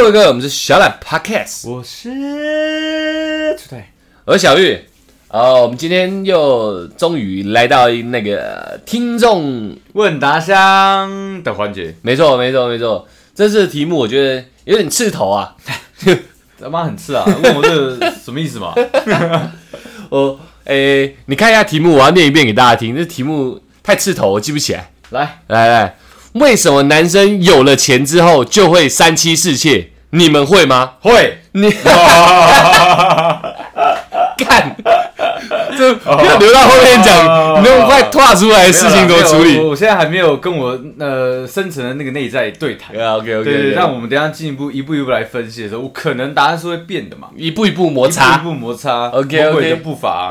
位各位，我们是小懒 Podcast， 我是出台， 我是小玉。我们今天又终于来到那个听众问答箱的环节。 没错。这次的题目我觉得有点刺头啊， 他妈很刺啊！问我这个什么意思嘛？ 你看一下题目，我要念一遍给大家听。这题目太刺头，我记不起来。来，为什么男生有了钱之后就会三妻四妾？你们会吗？ 会。 你干，这要留到后面讲，你那么快跨出来的事情怎么处理？ 我现在还没有跟我深层的那个内在对谈。 OK， 对，让我们等一下进一步一步来分析的时候，我可能答案是会变的嘛， 一步一步摩擦， 一步摩擦 OK 的步伐。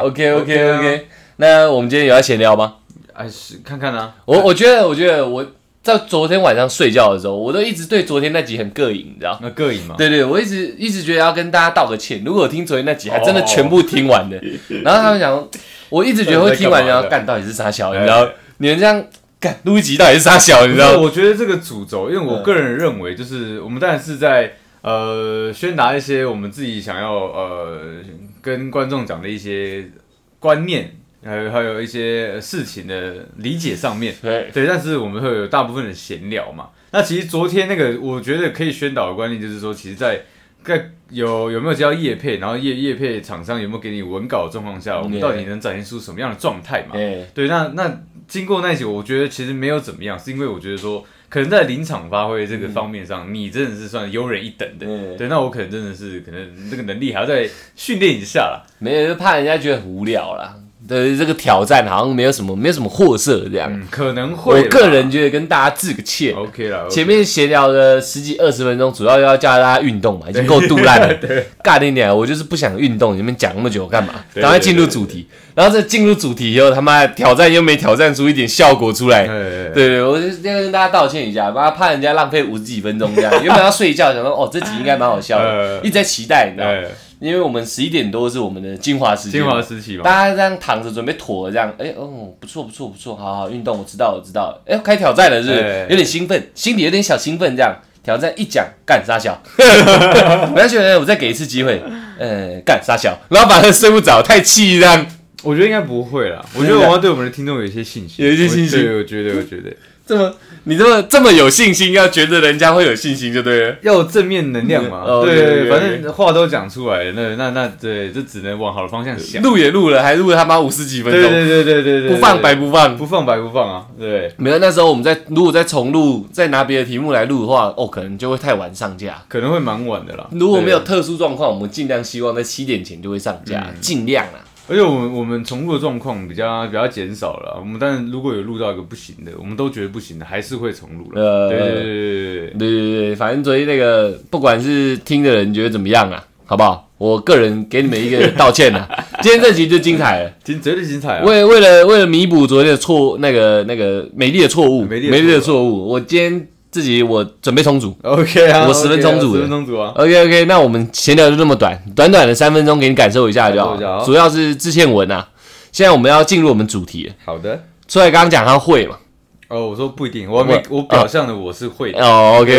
OK。那我们今天有要闲聊吗？ 是看看啊。 我觉得我在昨天晚上睡觉的时候，我都一直对昨天那集很膈应，你知道？ 膈应吗？ 对，我一直觉得要跟大家道个歉。如果我听昨天那集，还真的全部听完的，然后他们讲，我一直觉得会听完，然后干到底是啥小，你知道？你们这样干录一集到底是啥小，你知道？ 我觉得这个主轴，因为我个人认为，就是我们当然是在宣达一些我们自己想要跟观众讲的一些观念。还有一些事情的理解上面，对，但是我们会有大部分的闲聊嘛。那其实昨天那个，我觉得可以宣导的观念就是说，其实在有没有接到业配，然后业配厂商有没有给你文稿的状况下，我们到底能展现出什么样的状态嘛？对，那经过那一集，我觉得其实没有怎么样，是因为我觉得说，可能在临场发挥这个方面上，你真的是算优人一等的。对，那我可能真的是这个能力还要再训练一下啦。 没有，就怕人家觉得很无聊啦。对，这个挑战好像没有什么货色这样， 可能会。 我个人觉得跟大家致个歉 ，OK 啦。 前面闲聊了10几20分钟，主要要叫大家运动嘛，已经够肚烂了。尬一点，我就是不想运动，你们讲那么久干嘛？赶快进入主题。然后这进入主题以后，他妈挑战又没挑战出一点效果出来。对，我就要跟大家道歉一下，怕人家浪费50几分钟这样。原本要睡觉，想说这集应该蛮好笑的，一直在期待，你知道吗？因为我们11点多是我们的精华时期嘛，大家这样躺着准备妥这样，不错，好运动，我知道了，开挑战了是不是？有点兴奋，心里有点小兴奋这样，挑战一讲干傻小，我要觉得我再给一次机会，干傻小，然后反而睡不着，太气这样。 我觉得应该不会啦，我觉得我要对我们的听众有一些信心，对，我觉得。 你这么有信心，要觉得人家会有信心就对了， 要有正面能量嘛。对，反正话都讲出来了，那对，就只能往好的方向想。 录也录了，还录了他妈50几分钟。 对， 不放白不放， 不放白不放啊。对， 没有那时候我们如果再重录，再拿别的题目来录的话，可能就会太晚上架， 可能会蛮晚的啦。 如果没有特殊状况，我们尽量希望在7点前就会上架，尽量啦。 而且我们重录的状况比较减少了，我们但是如果有录到一个不行的，我们都觉得不行的，还是会重录了。对， 反正昨天那个不管是听的人觉得怎么样啊，好不好？我个人给你们一个道歉啦。今天这集就精彩了， 绝对精彩啊！ 为了弥补昨天的那个美丽的错误，我今天自己我准备充足 ，OK 啊， 我10分充足的， 10分充足啊 ，OK， 那我们闲聊就这么短的3分钟给你感受一下就好，主要是致歉文啊。现在我们要进入我们主题了。 好的， 出来刚刚讲他会嘛？ 我说不一定，我表象的我是会的。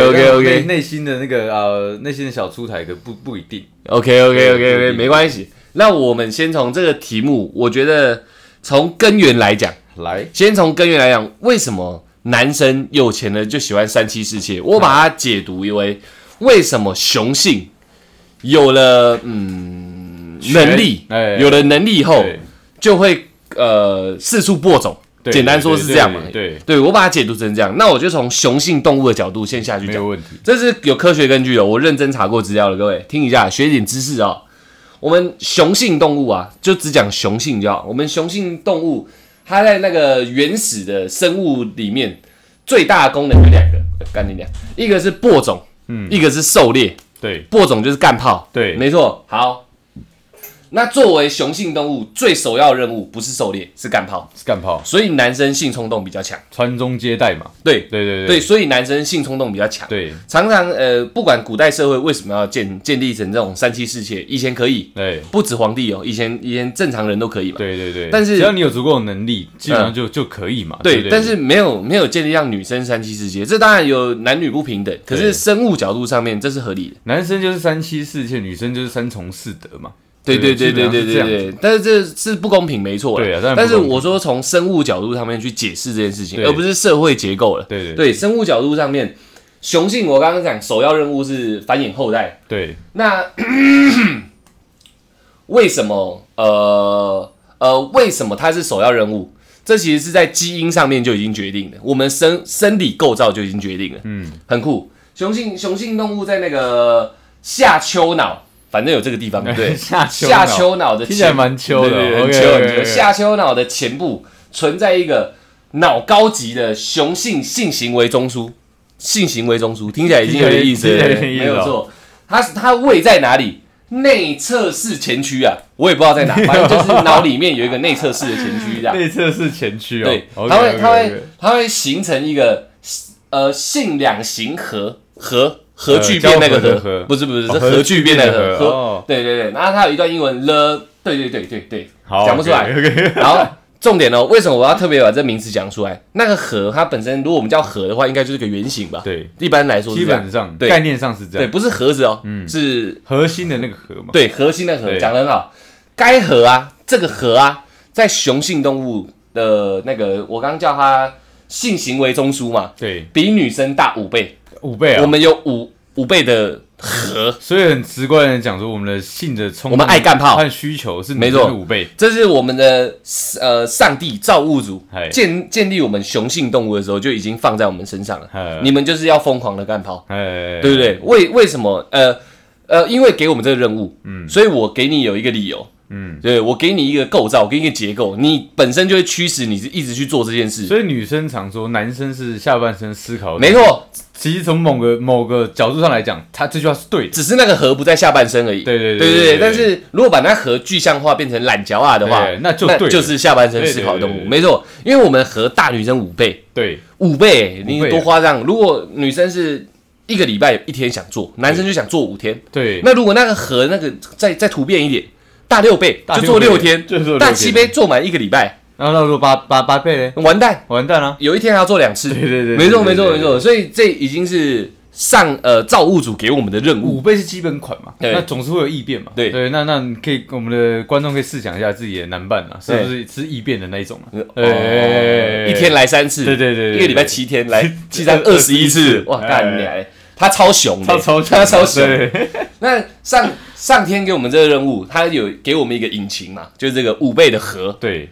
OK， 内心的那个内心的小出台可不一定。 OK， 没关系。那我们先从这个题目，我觉得从根源来讲，先从根源来讲，为什么男生有钱了就喜欢三妻四妾？我把它解读为什么雄性有了能力，有了能力以后就会四处播种。简单说是这样嘛？对，我把它解读成这样。那我就从雄性动物的角度先下去讲， 没有问题。 这是有科学根据的，我认真查过资料了，各位听一下，学一点知识哦。我们雄性动物啊，就只讲雄性就好。我们雄性动物，它在那个原始的生物里面，最大的功能有2个，干你俩，一个是播种，一个是狩猎。 对， 播种就是干炮。 对， 没错。好， 那作为雄性动物，最首要的任务不是狩猎，是干炮。 是干炮， 所以男生性冲动比较强。 传宗接代嘛。 对对对对，所以男生性冲动比较强。 对， 常常不管古代社会为什么要建立成这种三妻四妾，以前可以， 对， 不止皇帝哦，以前正常人都可以嘛。 对对对。 但是只要你有足够的能力，基本上就可以嘛。 对，但是没有建立让女生三妻四妾，这当然有男女不平等，可是生物角度上面这是合理的。 男生就是三妻四妾，女生就是三从四德嘛。 对，但是这是不公平，没错。 对啊， 但是我说从生物角度上面去解释这件事情， 对而不是社会结构了。对，生物角度上面，雄性我刚刚讲首要任务是繁衍后代。 对， 那为什么为什么它是首要任务？这其实是在基因上面就已经决定了，我们生理构造就已经决定了。很酷。雄性动物在那个下丘脑。反正有这个地方，对，下丘脑的前， 听起来蛮丘的， 对，很丘很丘。下丘脑的前部存在一个脑高级的雄性性行为中枢，性行为中枢听起来已经有点意思了，没有错。它位在哪里？内侧室前区啊，我也不知道在哪，反正就是脑里面有一个内侧室的前区，这样。 内侧室前区哦， 对，它会形成一个性两型核聚变那个核，不是是核聚变那个核，对，然后它有一段英文了，对，讲不出来。然后重点哦，为什么我要特别把这名词讲出来？那个核它本身，如果我们叫核的话，应该就是个圆形吧？ 对， 一般来说是基本上概念上是这样， 对，不是盒子哦，是核心的那个核嘛？ 对，核心的核，讲得很好。该核啊，这个核啊，在雄性动物的那个，我刚刚叫它性行为中枢嘛， 对， 比女生大5倍。 5倍啊！ 我们有五倍的核， 所以很直观的讲说，我们的性的冲动， 我们爱干炮和需求是没错 5倍。 这是我们的上帝造物主建立我们雄性动物的时候就已经放在我们身上了。你们就是要疯狂的干炮，对不对？为什么？因为给我们这个任务，所以我给你有一个理由。对，我给你一个构造，我给你一个结构，你本身就会驱使你一直去做这件事。 所以女生常说，男生是下半身思考的。 没错， 其实从某个角度上来讲，他这句话是对的， 只是那个核不在下半身而已。对。但是如果把那核具象化变成懒脚啊的话， 那就是下半身思考的动物。没错，因为我们核大女生5倍， 对 ，5倍，你多夸张！如果女生是1个礼拜1天想做，男生就想做5天。 对， 那如果那个核那个再突变一点。大6倍就做6天，大7倍做满1个礼拜， 然后如果8倍嘞， 完蛋了， 有一天还要做2次， 对， 没错，所以这已经是造物主给我们的任务。 5倍是基本款嘛，那总是会有异变嘛，对，那可以我们的观众可以试想一下自己的男伴啊，是不是异变的那一种啊？ 一天来3次，对，1个礼拜7天来73 21次，哇，干你来！他超雄的，他超雄。那上天给我们这个任务，他有给我们一个引擎嘛，就是这个5倍的核。 对，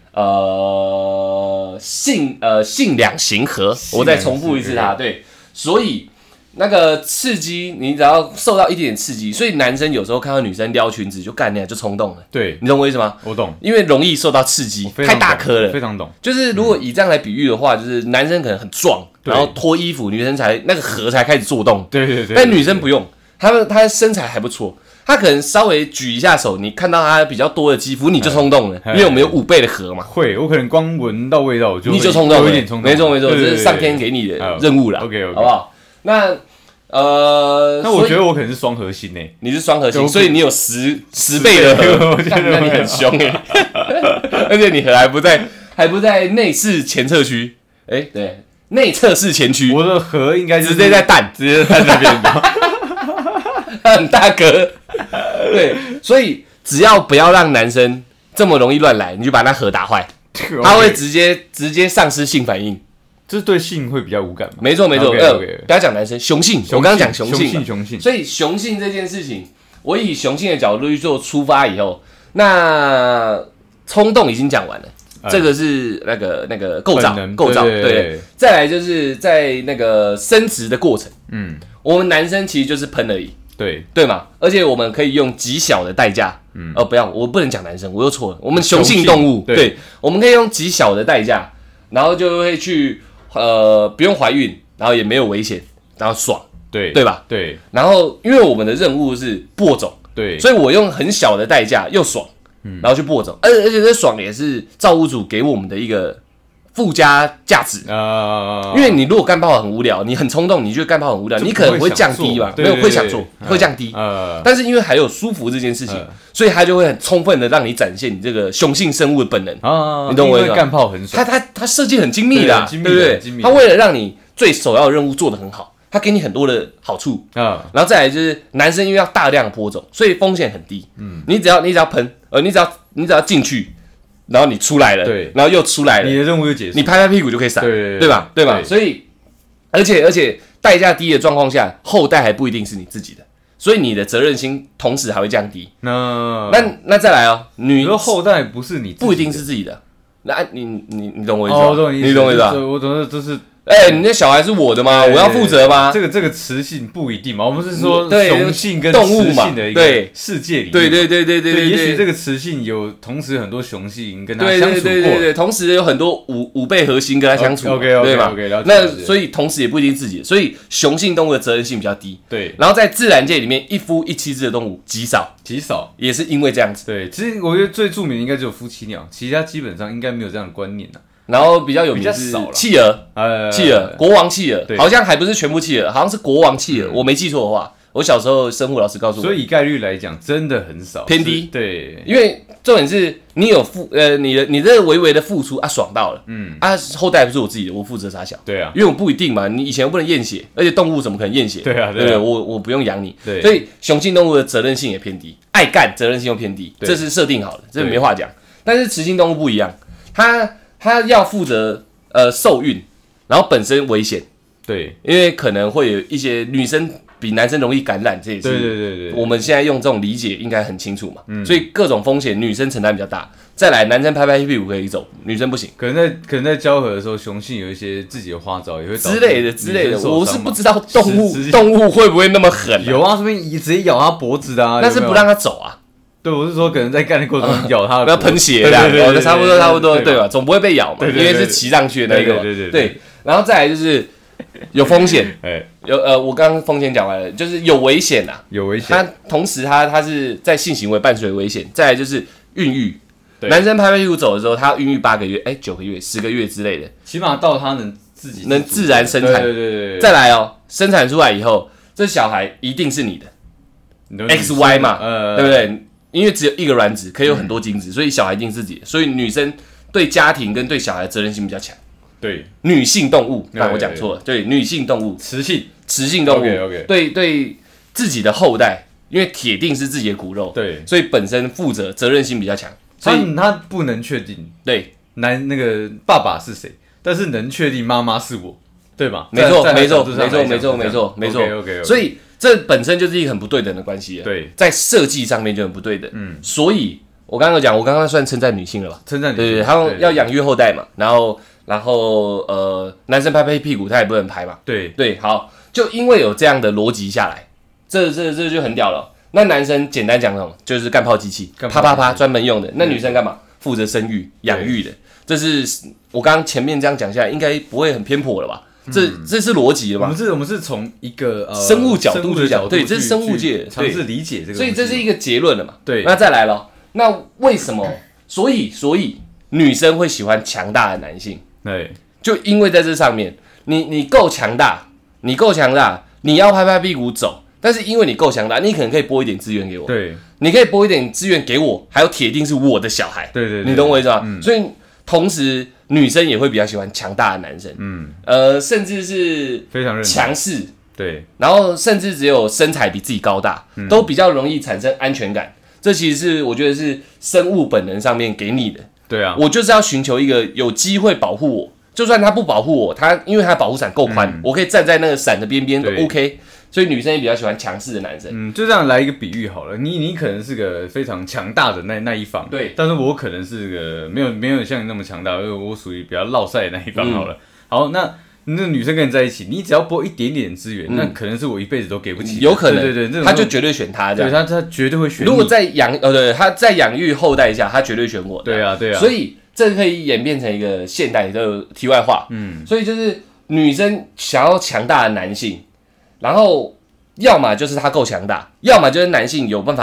性两型核。我再重复一次它。对，所以那个刺激，你只要受到一点点刺激，所以男生有时候看到女生撩裙子就干就冲动了。 对， 你懂我意思吗？ 我懂， 因为容易受到刺激，太大颗了， 非常懂。 就是如果以这样来比喻的话，就是男生可能很壮。然后脱衣服，女生才那个核才开始做动。 对。 但女生不用，她身材还不错，她可能稍微举一下手，你看到她比较多的肌肤，你就冲动了，因为我们有5倍的核嘛。 会，我可能光闻到味道你就冲动了， 有一点冲动。 没错，这是上天给你的任务啦。 OK， 好不好？那我觉得我可能是双核心诶， 你是双核心，所以你有10倍的核，那你很凶诶，而且你核还不在内室前侧区，对。内侧室前区， 我的核应该直接在蛋那边，很大颗。对，所以只要不要让男生这么容易乱来，你就把那核打坏，他会直接丧失性反应。 这对性会比较无感吗？ 没错。不要讲男生，雄性，我刚刚讲雄性，所以雄性这件事情，我以雄性的角度去做出发以后，那冲动已经讲完了。这个是那个构造，对。再来就是在那个生殖的过程，我们男生其实就是喷而已，对嘛？而且我们可以用极小的代价，不要，我不能讲男生，我又错了。我们雄性动物，对，我们可以用极小的代价，然后就会去不用怀孕，然后也没有危险，然后爽，对吧？ 对。 然后因为我们的任务是播种， 对， 所以我用很小的代价又爽。 然后去播种，而且这爽也是造物主给我们的一个附加价值因为你如果干炮很无聊，你很冲动，你觉得干炮很无聊，你可能会降低吧，没有会想做，会降低。但是因为还有舒服这件事情，所以它就会很充分的让你展现你这个雄性生物的本能你懂我意思吗？ 干炮很爽， 它设计很精密的，对不对？它为了让你最首要的任务做得很好，它给你很多的好处然后再来就是男生因为要大量播种，所以风险很低。你只要喷，你只要进去。然后你出来了，对，然后又出来了， 你的任务就结束， 你拍屁股就可以闪，对吧？对吧？所以，而且代价低的状况下，后代还不一定是你自己的，所以你的责任心同时还会降低。那再来哦， 你说后代不是你自己的， 不一定是自己的，那你懂我意思吗？ 你懂我意思吧？ 我懂的，就是你那小孩是我的吗？我要负责吗？ 这个雌性不一定嘛，我们是说雄性跟动物雌性的一个世界里面， 对， 也许这个雌性有同时很多雄性跟它相处过， 对，同时有很多五倍核心跟它相处，对吧？那所以同时也不一定自己，所以雄性动物的责任性比较低， 对。 然后在自然界里面，一夫一妻制的动物极少，也是因为这样子。 对，其实我觉得最著名的应该只有夫妻鸟，其他基本上应该没有这样的观念然后比较有名的是企鹅，国王企鹅，好像还不是全部企鹅，好像是国王企鹅，我没记错的话，我小时候生物老师告诉我， 所以以概率来讲，真的很少， 偏低。 对， 因为重点是你有你这微微的付出爽到了，后代不是我自己的，我负责啥小？对啊，因为我不一定嘛，你以前又不能验血，而且动物怎么可能验血？ 对啊， 我不用养你，所以雄性动物的责任性也偏低，爱干责任性又偏低，这是设定好的，这没话讲。但是雌性动物不一样，它要负责受孕，然后本身危险，对，因为可能会有一些女生比男生容易感染，这也是对，我们现在用这种理解应该很清楚嘛，所以各种风险女生承担比较大。再来，男生拍屁股可以走，女生不行。 可能在交合的时候，雄性有一些自己的花招，也会之类的，我是不知道动物会不会那么狠。 有啊，说不定直接咬他脖子的啊， 那是不让他走啊。 对，我是说可能在干的过程中咬他的， 不要喷血的，差不多，对吧？总不会被咬嘛，因为是骑上去的那个嘛。对，然后再来就是有风险，我刚刚风险讲完了，就是有危险啊， 有危险。 它同时它是在性行为伴随危险，再来就是孕育。男生拍屁股走的时候，他孕育8个月、9个月、10个月之类的， 起码到他能自然生产。对。再来生产出来以后，这小孩一定是你的 XY 嘛，对不对？因为只有一个卵子，可以有很多精子，所以小孩一定是自己的。所以女生对家庭跟对小孩的责任心比较强。 对， 女性动物，但我讲错了。对，女性动物，雌性动物，对自己的后代，因为铁定是自己的骨肉，对，所以本身责任心比较强。所以他不能确定那个爸爸是谁，但是能确定妈妈是我，对吧？ 没错。所以这本身就是一个很不对等的关系，对，在设计上面就很不对等。所以我刚刚讲，我刚刚算称赞女性了吧？称赞女性，对，他们要养育后代嘛，然后男生拍屁股他也不能拍嘛，对，好，就因为有这样的逻辑下来，这就很屌了。那男生简单讲什么，就是干炮机器，啪啪啪专门用的。那女生干嘛？负责生育、养育的。这是我刚刚前面这样讲下来，应该不会很偏颇了吧？这是逻辑了吧？ 我们是从一个生物角度去讲，对，这是生物界尝试理解这个， 所以这是一个结论了嘛？对。那再来了，那为什么？所以女生会喜欢强大的男性，对，就因为在这上面，你够强大，你要拍屁股走。但是因为你够强大，你可能可以拨一点资源给我，对，你可以拨一点资源给我，还有铁定是我的小孩，对，你懂我意思吗？所以同时女生也会比较喜欢强大的男生，甚至是非常强势，对，然后甚至只有身材比自己高大，都比较容易产生安全感。这其实是我觉得是生物本能上面给你的，对啊，我就是要寻求一个有机会保护我，就算他不保护我，因为他保护伞够宽，我可以站在那个伞的边边都 OK。所以女生也比较喜欢强势的男生。 就这样来一个比喻好了，你可能是个非常强大的那一方，对，但是我可能是个没有像你那么强大，因为我属于比较落赛的那一方好了。好，那女生跟你在一起，你只要拨一点点资源，那可能是我一辈子都给不起。 有可能， 对， 他就绝对选他， 对，他绝对会选你。 如果在他在养育后代下，他绝对选我。 对啊。 所以这可以演变成一个现代的题外话。所以就是女生想要强大的男性。然后，要么就是他够强大，要么就是男性有办法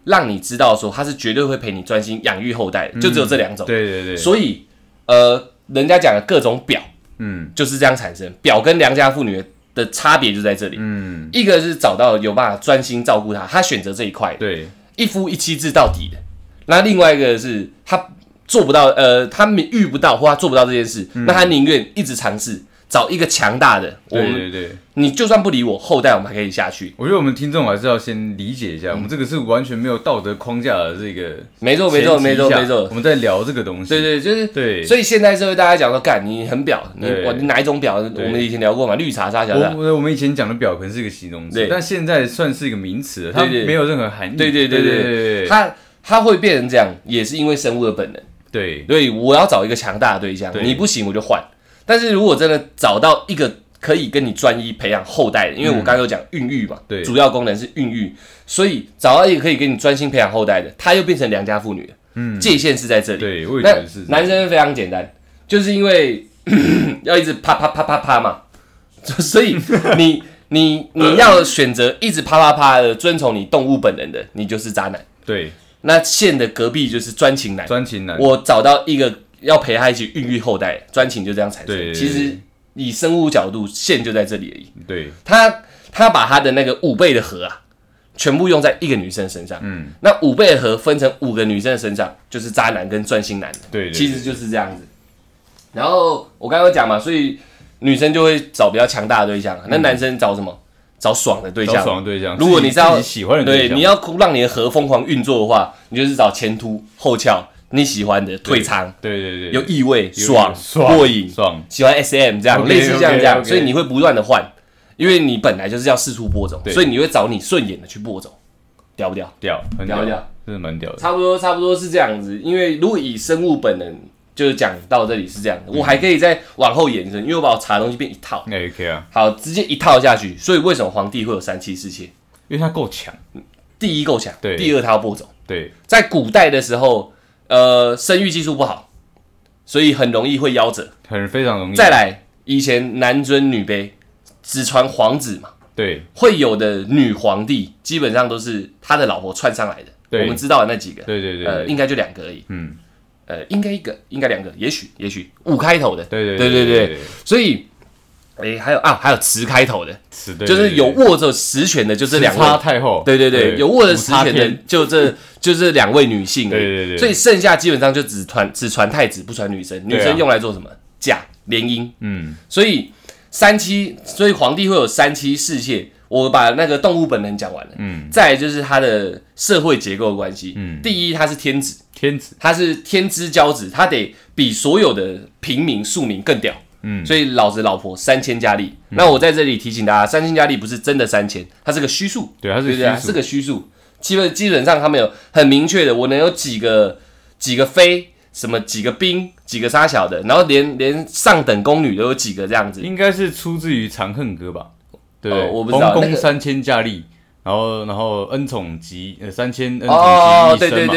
让你知道说他是绝对会陪你专心养育后代的，就只有这2种。 对对对。 所以人家讲的各种婊，就是这样产生。婊跟良家妇女的差别就在这里。一个是找到有办法专心照顾他选择这一块， 对， 一夫一妻制到底的。那另外一个是他做不到，他遇不到或他做不到这件事，那他宁愿一直尝试找一个强大的。 对对， 你就算不理我，后代我们还可以下去。 我觉得我们听众还是要先理解一下，我们这个是完全没有道德框架的这个。 没错。 我们在聊这个东西。 对，就是对。 所以现代社会大家讲说，干你很婊，你哪一种婊？我们以前聊过嘛，绿茶沙小的。 我们以前讲的婊可能是一个形容词，但现在算是一个名词，它没有任何含义。 对，它会变成这样，也是因为生物的本能。对，我要找一个强大的对象，你不行我就换。但是如果真的找到一个可以跟你专一培养后代的，因为我刚刚有讲孕育嘛，主要功能是孕育，所以找到一个可以跟你专心培养后代的，他又变成良家妇女了。界限是在这里。 对，我也觉得是。 男生非常简单，就是因为要一直啪啪啪啪啪嘛，所以你要选择一直啪啪啪的遵从你动物本能的，你就是渣男。 对。 那线的隔壁就是专情男，我找到一个要陪他一起孕育后代，专情就这样产生。其实以生物角度，线就在这里而已。 对， 他把他的那个5倍的核全部用在一个女生身上。那5倍的核分成5个女生的身上，就是渣男跟专心男。 对， 其实就是这样子。然后我刚刚讲嘛，所以女生就会找比较强大的对象，那男生找什么？找爽的对象，如果你是要喜欢的对象， 对，你要让你的核疯狂运作的话，你就是找前凸后翘，你喜欢的退仓， 对， 有异味，爽，过瘾，喜欢 SM 这样，类似像这样，所以你会不断的换，因为你本来就是要四处播种，所以你会找你顺眼的去播种，屌不屌？ 屌， 屌不屌？ 真的蛮屌的。 差不多是这样子，因为如果以生物本能。就是讲到这里是这样的，我还可以再往后延伸，因为我把我查的东西变一套。 可以啊。 好，直接一套下去。所以为什么皇帝会有3妻4妾？ 因为他够强。 第一够强，第二他要播种。 对， 在古代的时候，生育技术不好，所以很容易会夭折， 非常容易。 再来，以前男尊女卑，只传皇子嘛。 对， 会有的女皇帝基本上都是他的老婆串上来的。我们知道的那几个， 对， 应该就2个而已。应该1个，应该2个，也许5开头的，对，所以，还有10开头的，就是有握着实权的，就这2位。 慈太后， 对，有握着实权的，就这2位女性， 对， 所以剩下基本上就只传太子，不传女生，女生用来做什么？嫁联姻，所以皇帝会有3妻4妾。我把那个动物本能讲完了，再来就是他的社会结构的关系。第一，他是天子，他是天之骄子，他得比所有的平民庶民更屌。所以老子老婆3000佳丽。那我在这里提醒大家，3000佳丽不是真的3000，它是个虚数。 对，它是个虚数。基本上他们有很明确的，我能有几个妃，什么几个兵，几个杀小的，然后连上等宫女都有几个这样子。 应该是出自于《长恨歌》吧？对， 我不知道。 皇宫3000佳丽，然后恩宠3000恩宠集一生嘛。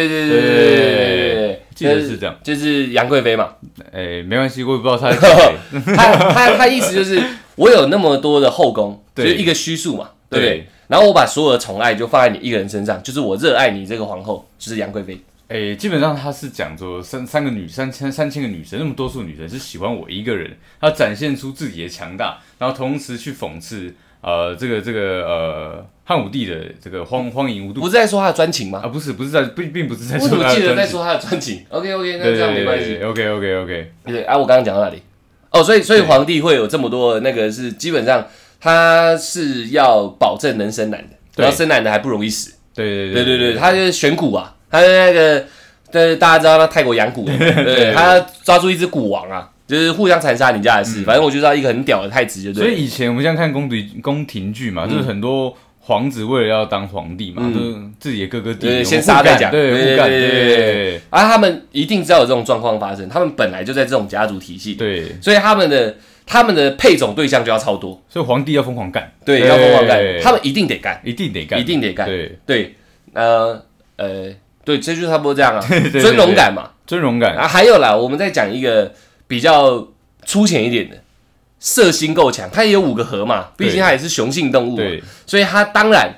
对，记得是这样， 就是杨贵妃嘛。 没关系，我也不知道他在他意思就是我有那么多的后宫，就是一个虚数嘛，对不对？然后我把所有的宠爱就放在你一个人身上，就是我热爱你这个皇后，就是杨贵妃。 基本上他是讲说3000个女生，那么多数女生是喜欢我一个人，他展现出自己的强大，然后同时去讽刺这个汉武帝的这个荒淫无度。 不是在说他的专情吗？ 不是在，并不是在说他的专情。 我怎么记得在说他的专情 ？OK， 那这样没关系。 OK。 对我刚刚讲到哪里？所以皇帝会有这么多那个是基本上他是要保证能生男的，然后生男的还不容易死。对，他就是选蛊啊。他那个，对，大家知道那泰国养蛊，对，他抓住一只蛊王啊，就是互相残杀你家的事。反正我就知道一个很屌的太子就对了。 所以以前我们像看宫廷剧嘛，就是很多皇子为了要当皇帝嘛，就是自己的哥哥弟弟先杀再讲， 对。 他们一定知道有这种状况发生，他们本来就在这种家族体系， 对， 所以他们的配种对象就要超多， 所以皇帝要疯狂干， 对，要疯狂干，他们一定得干，对，对，这就差不多这样啊，尊荣感嘛， 尊荣感啊，还有啦，我们再讲一个比较粗浅一点的，色心够强，它也有5个核嘛，毕竟它也是雄性动物嘛，所以它当然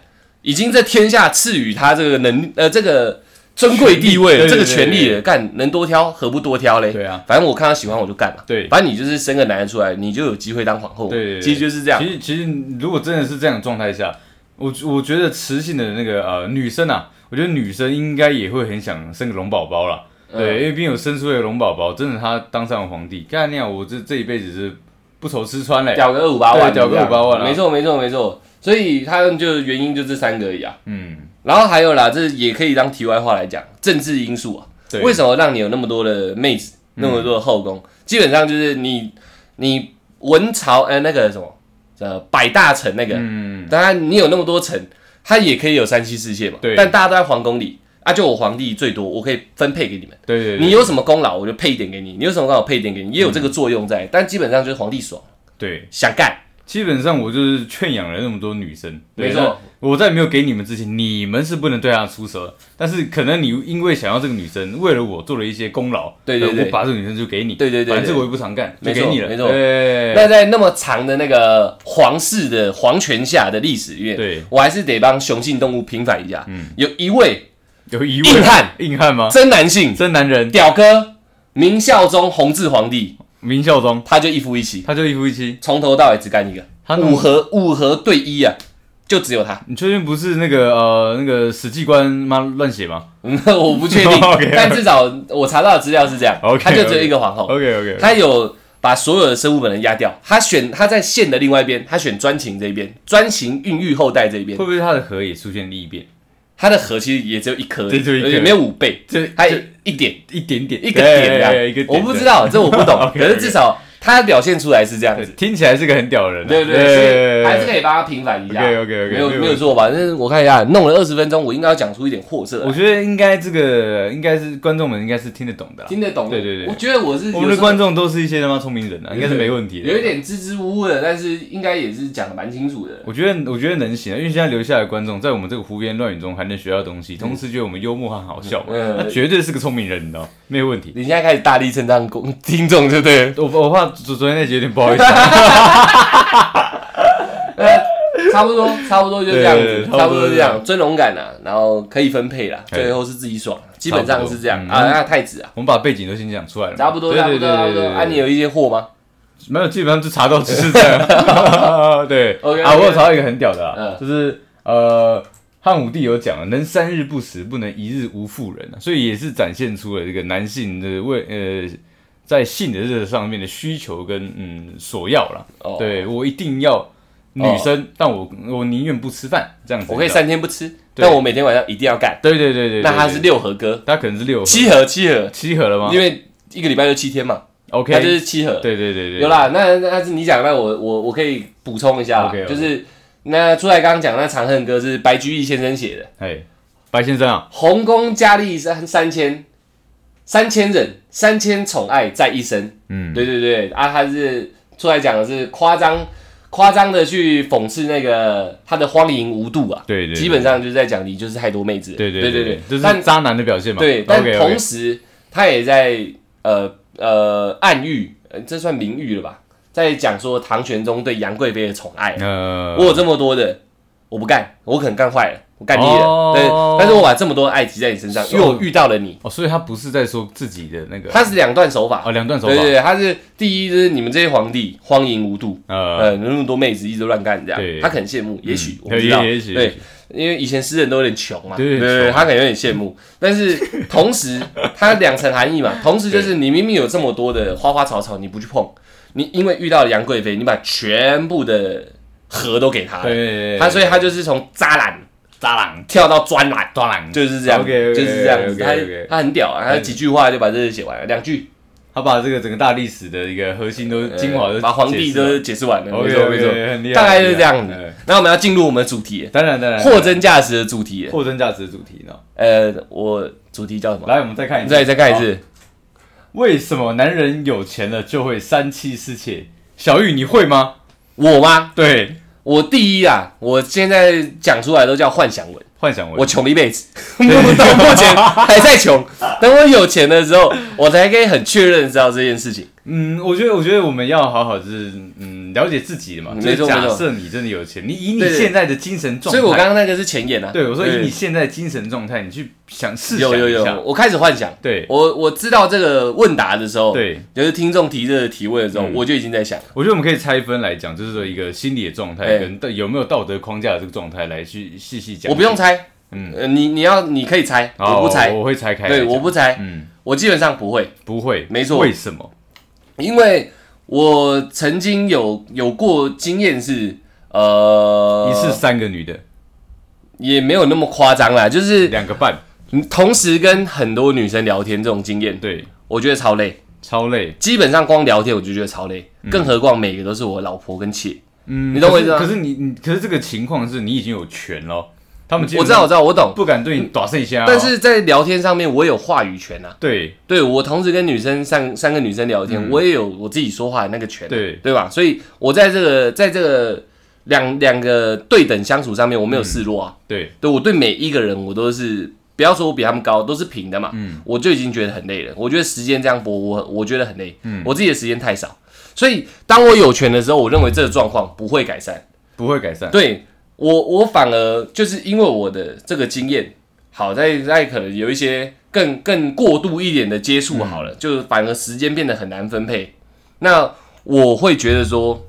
已经在天下赐予他这个这个尊贵地位了，这个权利了，干能多挑何不多挑嘞？ 对啊， 反正我看他喜欢我就干嘛。 对， 反正你就是生个男人出来，你就有机会当皇后。 对， 其实就是这样。 其实如果真的是这样的状态下，我觉得雌性的那个女生啊，我觉得女生应该也会很想生个龙宝宝啦。对，因为毕竟有生出来的龙宝宝，真的他当上了皇帝，干那样我这一辈子是不愁吃穿嘞， 屌个258万， 屌个258万， 没错。所以他们就原因就这3个而已啊。 嗯， 然后还有啦，这也可以当题外话来讲，政治因素啊。为什么让你有那么多的妹子，那么多的后宫？基本上就是你文朝那个什么百大臣那个，当然你有那么多臣，他也可以有3妻4妾嘛。对，但大家都在皇宫里。就我皇帝最多，我可以分配给你们。对，你有什么功劳，我就配一点给你；你有什么功劳，配一点给你，也有这个作用在。但基本上就是皇帝爽， 对， 想干。 基本上我就是劝养了那么多女生， 没错。 我在没有给你们之前，你们是不能对她出手。但是可能你因为想要这个女生，为了我做了一些功劳，对，我把这个女生就给你。对，反正这个我也不常干，就给你了。 没错。那在那么长的那个皇室的皇权下的历史里面，对，我还是得帮雄性动物平反一下。有一位硬汉吗？真男性， 真男人， 屌哥，明孝宗弘治皇帝。 明孝宗他就一夫一妻，从头到尾只干一个，五合对一啊，就只有他。 你确定不是那个史记官妈乱写吗？ 我不确定，但至少我查到的资料是这样。他就只有一个皇后。 OK， 他有把所有的生物本能压掉，他在线的另外一边，他选专情这一边，专情孕育后代这一边。 会不会他的核也出现另一边？ 它的核其实也只有1颗， 对， 没有5倍，它一点点， 一个点，我不知道，这我不懂。可是至少他表现出来是这样子， 听起来是个很屌的人。 对，还是可以帮他平反一下。 OK， 没有错吧？但是我看一下，弄了20分钟，我应该要讲出一点货色。 我觉得应该是观众们应该是听得懂的， 对。我觉得我们的观众都是一些他妈聪明人啊，应该是没问题的。 有一点支支吾吾的，但是应该也是讲得蛮清楚的。 我觉得能行啊，因为现在留下来的观众在我们这个胡言乱语中还能学到东西，同时觉得我们幽默和好笑，那绝对是个聪明人，你知道，没有问题。 你现在开始大力称赞听众，对不对？ 我怕昨天那集有点不好意思。 差不多就这样子，差不多就这样，尊荣感啊，然后可以分配啦，最后是自己爽，基本上是这样啊。那太子啊， 我们把背景都先讲出来了， 差不多。啊，你有一些货吗？ 没有，基本上就查到只是这样。对，我有查到一个很屌的啊，就是汉武帝有讲了，能3日不食，不能1日无妇人啊，所以也是展现出了这个男性的在性的这上面的需求跟所要啦。对，我一定要女生，但我宁愿不吃饭这样子。 我可以3天不吃，但我每天晚上一定要干。 对。 那他是6合哥， 他可能是6合 7合了吗？ 因为一个礼拜就7天嘛。 OK， 他就是7合。 对。 有啦，那是你讲，那我可以补充一下啦，就是那出来刚刚讲那《长恨歌》是白居易先生写的。 哎，白先生啊， 洪公佳丽3000人，3000宠爱在一身。对啊，他是出来讲的是夸张的去讽刺那个他的荒淫无度啊。对，基本上就是在讲你就是太多妹子。对， 这是渣男的表现嘛。 对，但同时他也在暗喻，这算明喻了吧？在讲说唐玄宗对杨贵妃的宠爱。我有这么多的，我不干，我可能干坏了。我干腻了，对，但是我把这么多爱积在你身上，因为我遇到了你， 所以他不是在说自己的那个， 他是2段手法， 两段手法， 对，他是第一就是你们这些皇帝荒淫无度，那么多妹子一直乱干这样，他可能羡慕，也许我不知道，对，因为以前诗人都有点穷嘛，对，他可能有点羡慕，但是同时他2层含义嘛，同时就是你明明有这么多的花花草草，你不去碰，你因为遇到了杨贵妃，你把全部的核都给他了，所以他就是从渣男跳到专栏，就是这样，就是这样子。他很屌啊，他几句话就把这个写完了，2句， 他把这个整个大历史的一个核心都精华都把皇帝都解释完了，没错，大概就是这样子。那我们要进入我们的主题， 当然， 货真价实的主题， 呢？ 我主题叫什么？ 来，我们再看一次， 再看一次。 为什么男人有钱了就会3妻4妾？小玉，你会吗？ 我吗？ 对。 我第一啊，我现在讲出来都叫幻想文。我穷一辈子，目前还在穷。等我有钱的时候，我才可以很确认知道这件事情。 我觉得我们要好好就是了解自己的嘛。 没错， 假设你真的有钱，你以你现在的精神状态， 所以我刚刚那个是前言啊。 对，我说以你现在的精神状态，你去试想一下。 我开始幻想。对，我知道这个问答的时候，对，就是听众提这个提问的时候，我就已经在想。 我觉得我们可以拆分来讲，就是说一个心理的状态跟有没有道德框架的这个状态来去细细讲。 我不用猜。你可以猜，我不猜， 我会拆开。 对，我不猜，我基本上不会，没错。 为什么？ 因为我曾经有过经验是， 一次3个女的， 也没有那么夸张啦，就是 2个半， 同时跟很多女生聊天这种经验， 对， 我觉得超累， 基本上光聊天我就觉得超累，更何况每个都是我老婆跟妾，你懂我意思吗？ 可是这个情况是你已经有权了。 我知道，我懂， 不敢对你打一下。 但是在聊天上面，我有话语权啊。 对， 我同时跟女生三个女生聊天，我也有我自己说话的那个权，对吧？所以我在这个两个对等相处上面，我没有示弱啊。对，我对每一个人我都是，不要说我比他们高，都是平的嘛。我就已经觉得很累了。我觉得时间这样播，我觉得很累。我自己的时间太少，所以当我有权的时候，我认为这个状况不会改善。对。我反而就是因为我的这个经验，好在可能有一些更过度一点的接触好了，就反而时间变得很难分配。那我会觉得说，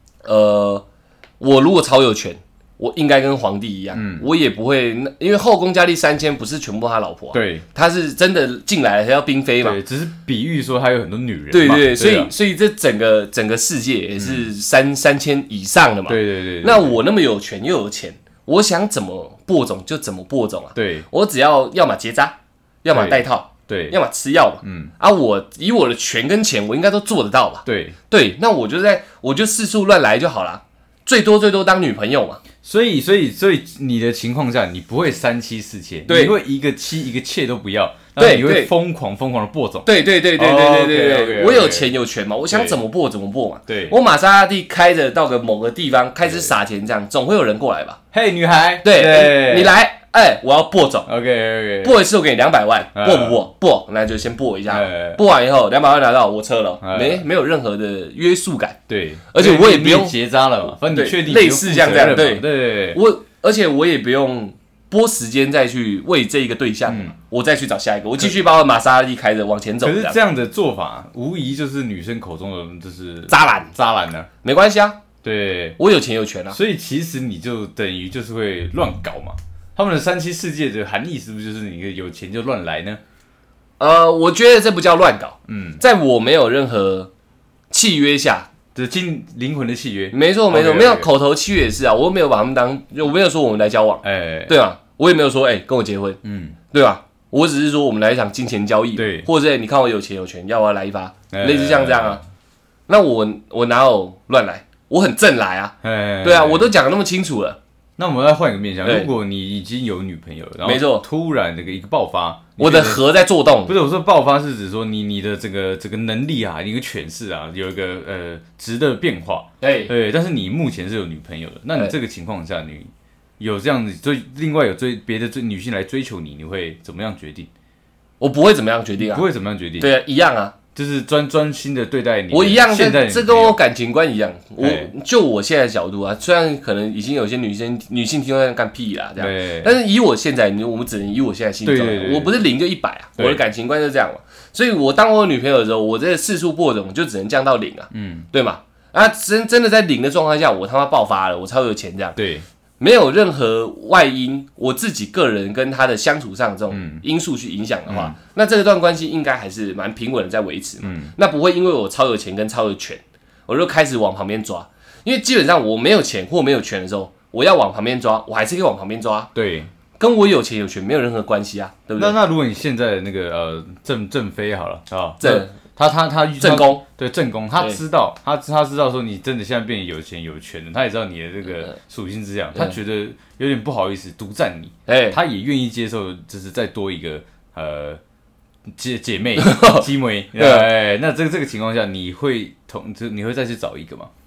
我如果超有权，我应该跟皇帝一样，我也不会，因为后宫佳丽3000不是全部他老婆，对，他是真的进来了要嫔妃嘛， 对，只是比喻说他有很多女人， 对，所以这整个世界也是3000以上的嘛， 对。 那我那么有权又有钱，我想怎么播种就怎么播种啊， 对， 我只要么结扎，要么戴套，对，要么吃药嘛，我以我的权跟钱，我应该都做得到吧，对，那我就四处乱来就好啦，最多当女朋友嘛。 所以你的情况下，你不会3妻4妾，你会一个妻一个妾都不要，对，你会疯狂的播种。 对，我有钱有权嘛，我想怎么播怎么播嘛。 对， 我玛莎拉蒂开着到个某个地方开始撒钱，这样总会有人过来吧？ 嘿，女孩， 对，你来。我要播种 ，OK， 播一次我给你200万，播不播？播，那就先播一下。播完以后200万拿到我撤了，没有任何的约束感。 对， 而且我也不用结扎了嘛，反正你确定类似这样， 对。 而且我也不用拨时间再去为这一个对象，我再去找下一个，我继续把我玛莎拉蒂开着往前走。 可是这样的做法，无疑就是女生口中的就是渣男呢。 没关系啊， 对， 我有钱有权啊。 所以其实你就等于就是会乱搞嘛。他们的3妻4妾的含义是不是就是你有钱就乱来呢？ 我觉得这不叫乱搞。在我没有任何契约下， 这进灵魂的契约。 没错，没有口头契约也是啊。我没有把他们当，我没有说我们来交往，对吧？我也没有说跟我结婚，对吧？我只是说我们来一场金钱交易，对，或者你看我有钱有权，要不要来一发？类似像这样啊。那我哪有乱来？我很正来啊，对啊，我都讲得那么清楚了。 那我们再换一个面向，如果你已经有女朋友了，然后突然这个一个爆发， 我的核在作动。 不是我说爆发是指说你的这个能力啊，一个诠释啊，有一个质的变化。对，但是你目前是有女朋友的，那你这个情况下，你有这样子另外有别的女性来追求你，你会怎么样决定？ 我不会怎么样决定啊， 不会怎么样决定。 对啊，一样啊。 就是专心的对待你， 我一样，这跟我感情观一样。我现在的角度啊，虽然可能已经有些女性听众在干屁啦，这样，但是以我现在，我们只能以我现在心中，我不是0就100啊，我的感情观就这样嘛。所以我当我有女朋友的时候，我这次数播种就只能降到0啊，对嘛？啊，真的在0的状态下，我他妈爆发了，我超有钱这样，对。没有任何外因，我自己个人跟他的相处上这种因素去影响的话，那这段关系应该还是蛮平稳的在维持嘛。那不会因为我超有钱跟超有权，我就开始往旁边抓。因为基本上我没有钱或没有权的时候，我要往旁边抓，我还是可以往旁边抓。对，跟我有钱有权没有任何关系啊，对不对？ 那如果你现在的那个正妃好了啊，他正宫， 对正宫，他知道他知道说你真的现在变有钱有权了，他也知道你的这个属性是这样，他觉得有点不好意思独占你，他也愿意接受，就是再多一个姐妹姊妹，那这个情况下，你会再去找一个吗？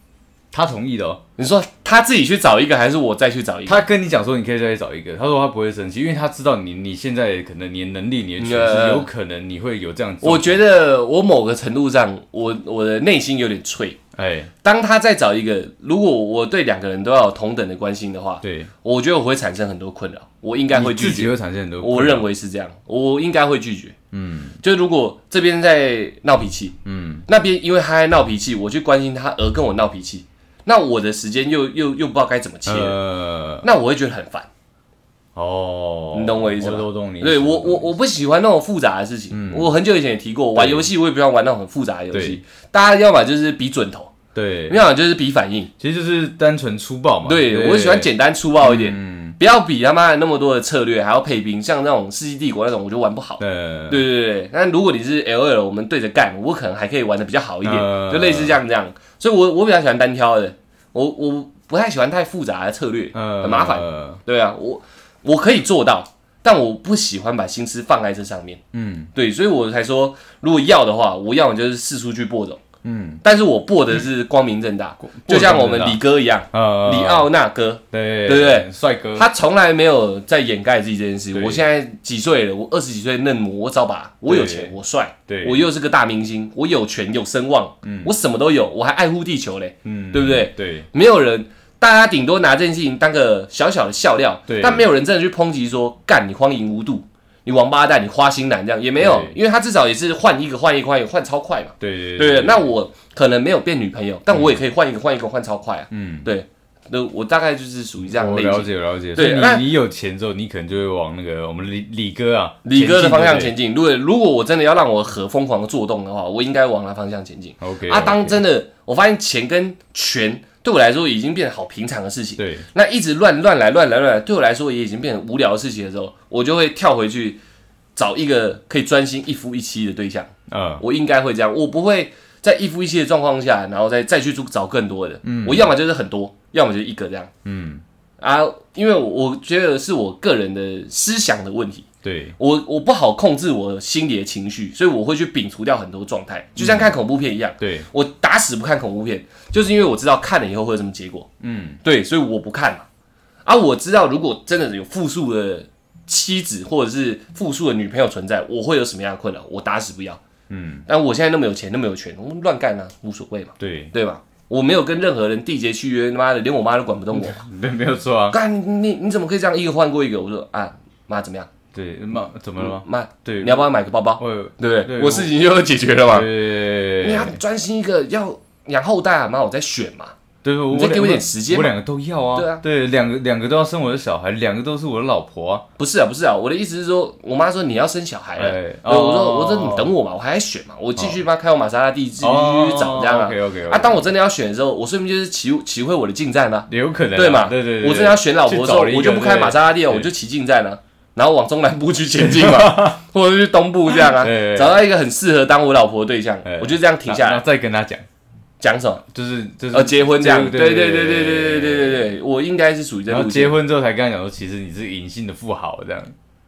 他同意的哦。 你说他自己去找一个，还是我再去找一个？ 他跟你讲说你可以再去找一个，他说他不会生气，因为他知道你现在可能你的能力、你的权势，有可能你会有这样子。 我觉得我某个程度上，我的内心有点脆。当他再找一个，如果我对2个人都要有同等的关心的话， 对， 我觉得我会产生很多困扰，我应该会拒绝。 自己会产生很多困扰， 我认为是这样，我应该会拒绝。就如果这边在闹脾气，那边因为他在闹脾气，我去关心他而跟我闹脾气，那我的时间又不知道该怎么切，那我会觉得很烦。你懂我意思吗？ 我懂你。 对我不喜欢那种复杂的事情。我很久以前也提过，玩游戏我也不喜欢玩那种很复杂的游戏。大家要么就是比准头， 对， 要么就是比反应， 其实就是单纯粗暴嘛。 对，我喜欢简单粗暴一点，不要比他妈的那么多的策略，还要配兵，像那种世纪帝国那种，我就玩不好。对。但如果你是 LL， 我们对着干，我可能还可以玩的比较好一点，就类似这样。所以我比较喜欢单挑的，我不太喜欢太复杂的策略，很麻烦。对啊，我可以做到，但我不喜欢把心思放在这上面。对，所以我才说，如果要的话，我要么就是四处去播种。但是我播的是光明正大，就像我们李哥一样，李奥纳哥，对不对？ 帅哥， 他从来没有在掩盖自己这件事。我现在几岁了？我20几岁嫩模，我找把，我有钱，我帅，我又是个大明星，我有权有声望，我什么都有，我还爱护地球嘞，对不对？ 对， 没有人。大家顶多拿这件事情当个小小的笑料，但没有人真的去抨击说干你荒淫无度，你王八蛋，你花心男这样也没有，因为他至少也是换一个换超快嘛。对，那我可能没有变女朋友，但我也可以换一个换超快啊。对，我大概就是属于这样类型。 我了解。对，你有钱之后，你可能就会往那个我们李哥的方向前进。如果我真的要让我核疯狂的做动的话，我应该往那方向前进。当真的我发现钱跟权对我来说已经变得好平常的事情，对，那一直乱来，对我来说也已经变成无聊的事情的时候，我就会跳回去找一个可以专心一夫一妻的对象。我应该会这样，我不会在一夫一妻的状况下，然后再去找更多的。我要么就是很多，要么就是一个这样。因为我觉得是我个人的思想的问题。对，我不好控制我心里的情绪，所以我会去摒除掉很多状态，就像看恐怖片一样。对，我打死不看恐怖片，就是因为我知道看了以后会有什么结果。对，所以我不看嘛。我知道如果真的有复数的妻子或者是复数的女朋友存在，我会有什么样的困扰，我打死不要。但我现在那么有钱，那么有权，我乱干无所谓嘛。对吧？我没有跟任何人缔结契约，他妈的，连我妈都管不动我嘛。 没有错啊。 干你怎么可以这样一个换过一个？我说妈怎么样？ 对，妈怎么了吗？ 妈， 对， 你要帮我买个包包，对不对？我事情就解决了嘛。你要专心一个要养后代妈，我在选嘛。对，你再给我一点时间。 我2个都要啊。对，两个都要生我的小孩，2个都是我的老婆啊。 不是啊，我的意思是说，我妈说你要生小孩了，我说你等我嘛，我还在选嘛，我继续帮开我玛莎拉蒂继续找这样啊。当我真的要选的时候，我顺便就是骑回我的近战啊。 有可能。 对嘛？ 对。 我真的要选老婆的时候，我就不开玛莎拉蒂了，我就骑近战啊。然后往中南部去前进嘛，或者是东部这样啊，找到一个很适合当我老婆的对象，我就这样停下来， 然后再跟他讲什么， 就是结婚这样，对，我应该是属于这样。 然后结婚之后才跟他讲说，其实你是隐性的富豪这样。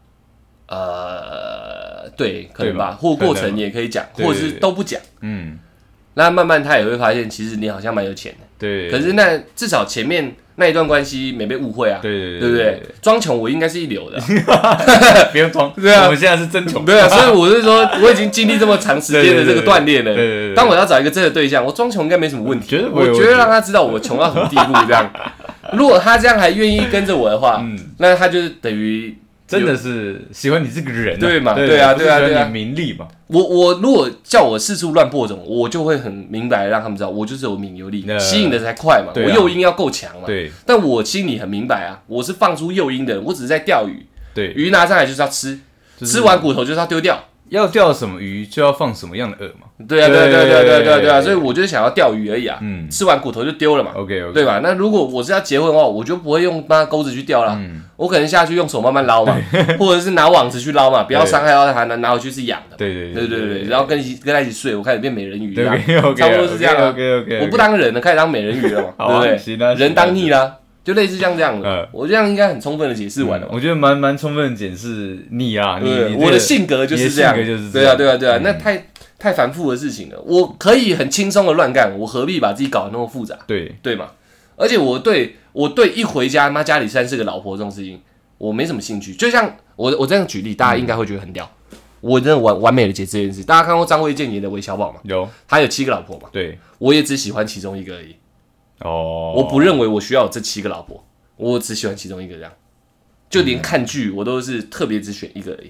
对，可能吧，或过程也可以讲，或者是都不讲。那慢慢他也会发现，其实你好像蛮有钱的。对。可是那至少前面那一段关系没被误会啊。对不对？装穷我应该是一流的。 不用装。对啊。我们现在是真穷。 对啊，所以我是说，我已经经历这么长时间的这个锻炼了。当我要找一个真的对象，我装穷应该没什么问题。我觉得让他知道我穷到什么地步这样。如果他这样还愿意跟着我的话，那他就是等于。 真的是喜欢你这个人， 对嘛？对啊， 你名利嘛。 我如果叫我四处乱播种，我就会很明白让他们知道，我就是有名有利，吸引的才快嘛。我诱因要够强嘛。对。但我心里很明白啊，我是放出诱因的人，我只是在钓鱼。对。鱼拿上来就是要吃，吃完骨头就是要丢掉。 要钓什么鱼就要放什么样的饵嘛。 对啊，所以我就是想要钓鱼而已啊。吃完骨头就丢了嘛。OK， 对吧？那如果我是要结婚的话，我就不会用那钩子去钓啦。我可能下去用手慢慢捞嘛，或者是拿网子去捞嘛，不要伤害到它，拿回去是养的。对，然后跟他一起睡，我开始变美人鱼了，差不多是这样啊。我不当人了，开始当美人鱼了嘛，对不对？人当腻啦。 就类似像这样的。我这样应该很充分的解释完了吧？ 我觉得蛮充分的解释你啊，你我的性格就是这样，对啊，那太繁复的事情了。我可以很轻松的乱干，我何必把自己搞得那么复杂？对嘛？而且我对一回家妈家里3、4个老婆这种事情，我没什么兴趣。就像我这样举例，大家应该会觉得很屌。我真的完美的解释这件事。大家看过张卫健演的韦小宝吗？ 有， 他有7个老婆嘛？ 对， 我也只喜欢其中一个而已。我不认为我需要有这7个老婆，我只喜欢其中一个这样。就连看剧我都是特别只选一个而已。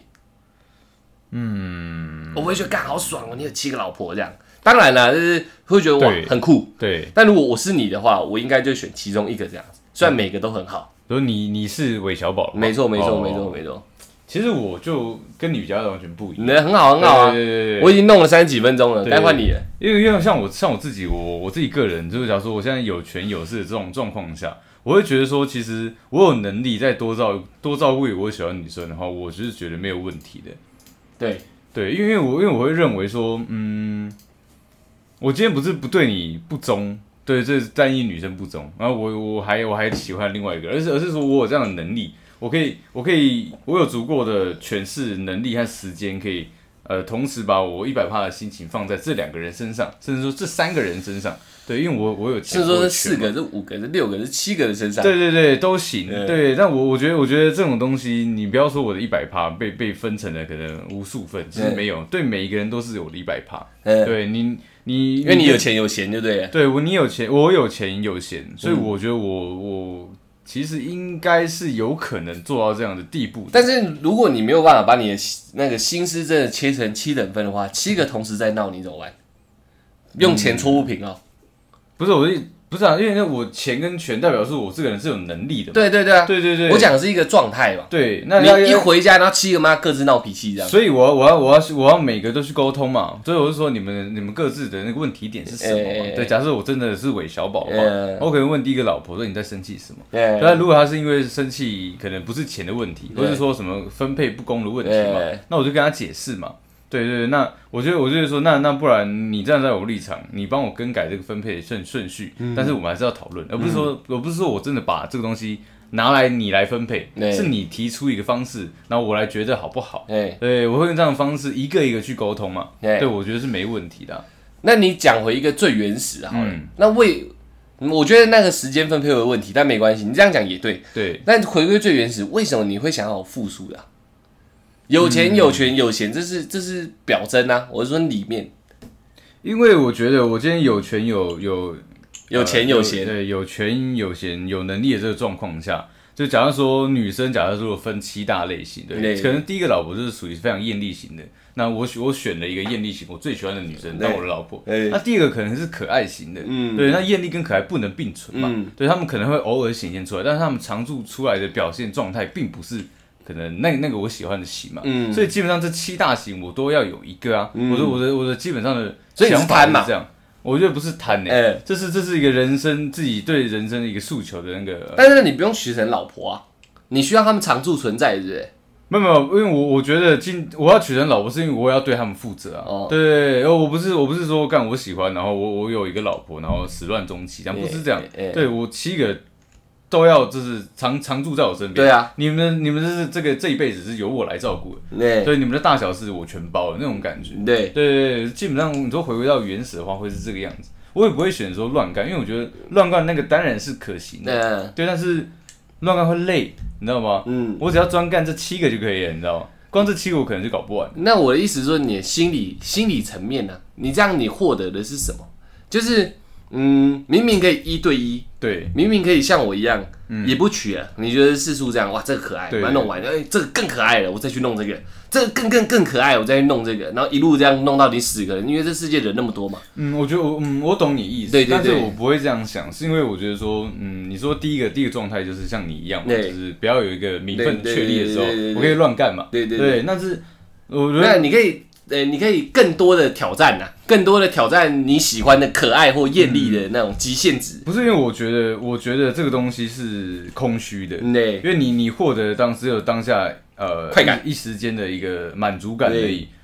我不会觉得干好爽哦，你有7个老婆这样。当然啦，就是会觉得哇很酷。 对。 但如果我是你的话，我应该就选其中一个这样子。虽然每个都很好。 比如你是韦小宝， 没错。 其实我就跟你比较完全不一样。 很好啊！我已经弄了30几分钟了，该换你了。 因为像我自己，我自己个人，就是假如说我现在有权有势的这种状况下，我会觉得说，其实我有能力再多照顾我喜欢的女生的话，我就是觉得没有问题的。对，因为我会认为说，我今天不是不对你不忠，对，这是单一女生不忠，然后我还喜欢另外一个，而是说我有这样的能力。我有足够的诠释能力和时间，可以同时把我100%的心情放在这2个人身上，甚至说这3个人身上。对，因为我有钱， 甚至说是4个、是5个、是6个、是7个的身上。 对，都行。对，但我觉得这种东西，你不要说我的100%被分成了可能无数份，其实没有，对每一个人都是有的100%。对你， 因为你有钱有闲，就对了。 对你有钱，我有钱有闲，所以我觉得我其实应该是有可能做到这样的地步的。 但是如果你没有办法把你的那个心思真的切成7等份的话，7个同时在闹，你怎么办？用钱戳不平哦。 不是啊，因为我钱跟权代表是我这个人是有能力的嘛。 对，我讲的是一个状态嘛。 对，那你一回家，然后7个妈各自闹脾气这样。 所以我要每个都去沟通嘛。所以我就说你们各自的那个问题点是什么嘛？对，假设我真的是韦小宝的话，我可能问第一个老婆说你在生气什么？但如果他是因为生气，可能不是钱的问题，或是说什么分配不公的问题嘛，那我就跟他解释嘛。对，那我觉得说，那不然你站在我立场，你帮我更改这个分配的顺序，但是我们还是要讨论，而不是说我真的把这个东西拿来你来分配，是你提出一个方式，然后我来觉得好不好？对，我会用这样的方式一个一个去沟通嘛。对，我觉得是没问题的。 那你讲回一个最原始好了，我觉得那个时间分配有问题，但没关系，你这样讲也对。 对， 但回归最原始，为什么你会想要有复数的？有钱有权有闲，这是表征啊！我是说里面， 因为我觉得我今天有权有钱有闲， 对，有权有闲有能力的这个状况下，就假如说女生，假如说分7大类型，对，可能第一个老婆就是属于非常艳丽型的，那我选了一个艳丽型我最喜欢的女生当我的老婆，那第二个可能是可爱型的，对，那艳丽跟可爱不能并存嘛，对，他们可能会偶尔显现出来，但是他们常驻出来的表现状态并不是。可能那个我喜欢的型嘛，所以基本上这7大型我都要有一个啊。我的基本上的想法是这样，我觉得不是贪这是一个人生自己对人生的一个诉求的那个。 但是你不用娶成老婆啊，你需要他们常驻存在，对不对？ 没有，因为我觉得我要娶成老婆，是因为我要对他们负责啊。对，我不是说干我喜欢，然后我有一个老婆，然后始乱终弃，这样不是这样。对我7个。都要就是常住在我身边。 对啊， 你们这一辈子是由我来照顾的，所以你们的大小事我全包了那种感觉。对，基本上你说回归到原始的话，会是这个样子。我也不会选说乱干，因为我觉得乱干那个当然是可行的，对，但是乱干会累，你知道吗？我只要专干这7个就可以了，你知道吗？光这7个我可能就搞不完。 那我的意思是说，你的心理层面呢，你这样你获得的是什么？就是明明可以1对1。 对， 明明可以像我一样，也不娶了。你觉得世俗这样，哇，这个可爱，把它弄完，这个更可爱了，我再去弄这个，这个更可爱，我再去弄这个，然后一路这样弄到你死个人，因为这世界人那么多嘛。 我觉得我懂你意思，对，但是我不会这样想，是因为我觉得说，你说第一个状态就是像你一样嘛，就是不要有一个名分确立的时候，我可以乱干嘛，对，但是我觉得你可以更多的挑战呐，更多的挑战你喜欢的可爱或艳丽的那种极限值。 不是因为我觉得这个东西是空虚的，因为你获得只有当下快感一时间的一个满足感而已。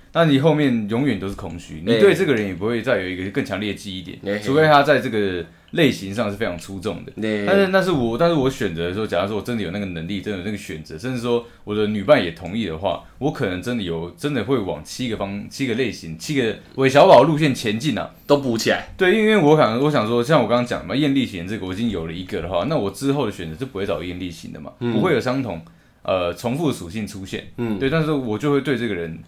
那你后面永远都是空虚，你对这个人也不会再有一个更强烈的记忆点，除非他在这个类型上是非常出众的。但是我选择的时候，假如说我真的有那个能力，真的有那个选择，甚至说我的女伴也同意的话，我可能真的会往7个类型、7个韦小宝路线前进啊， 都补起来。 对，因为我想说，像我刚刚讲的嘛，艳丽型这个我已经有了一个的话，那我之后的选择就不会找艳丽型的嘛，不会有相同重复的属性出现。对，但是我就会对这个人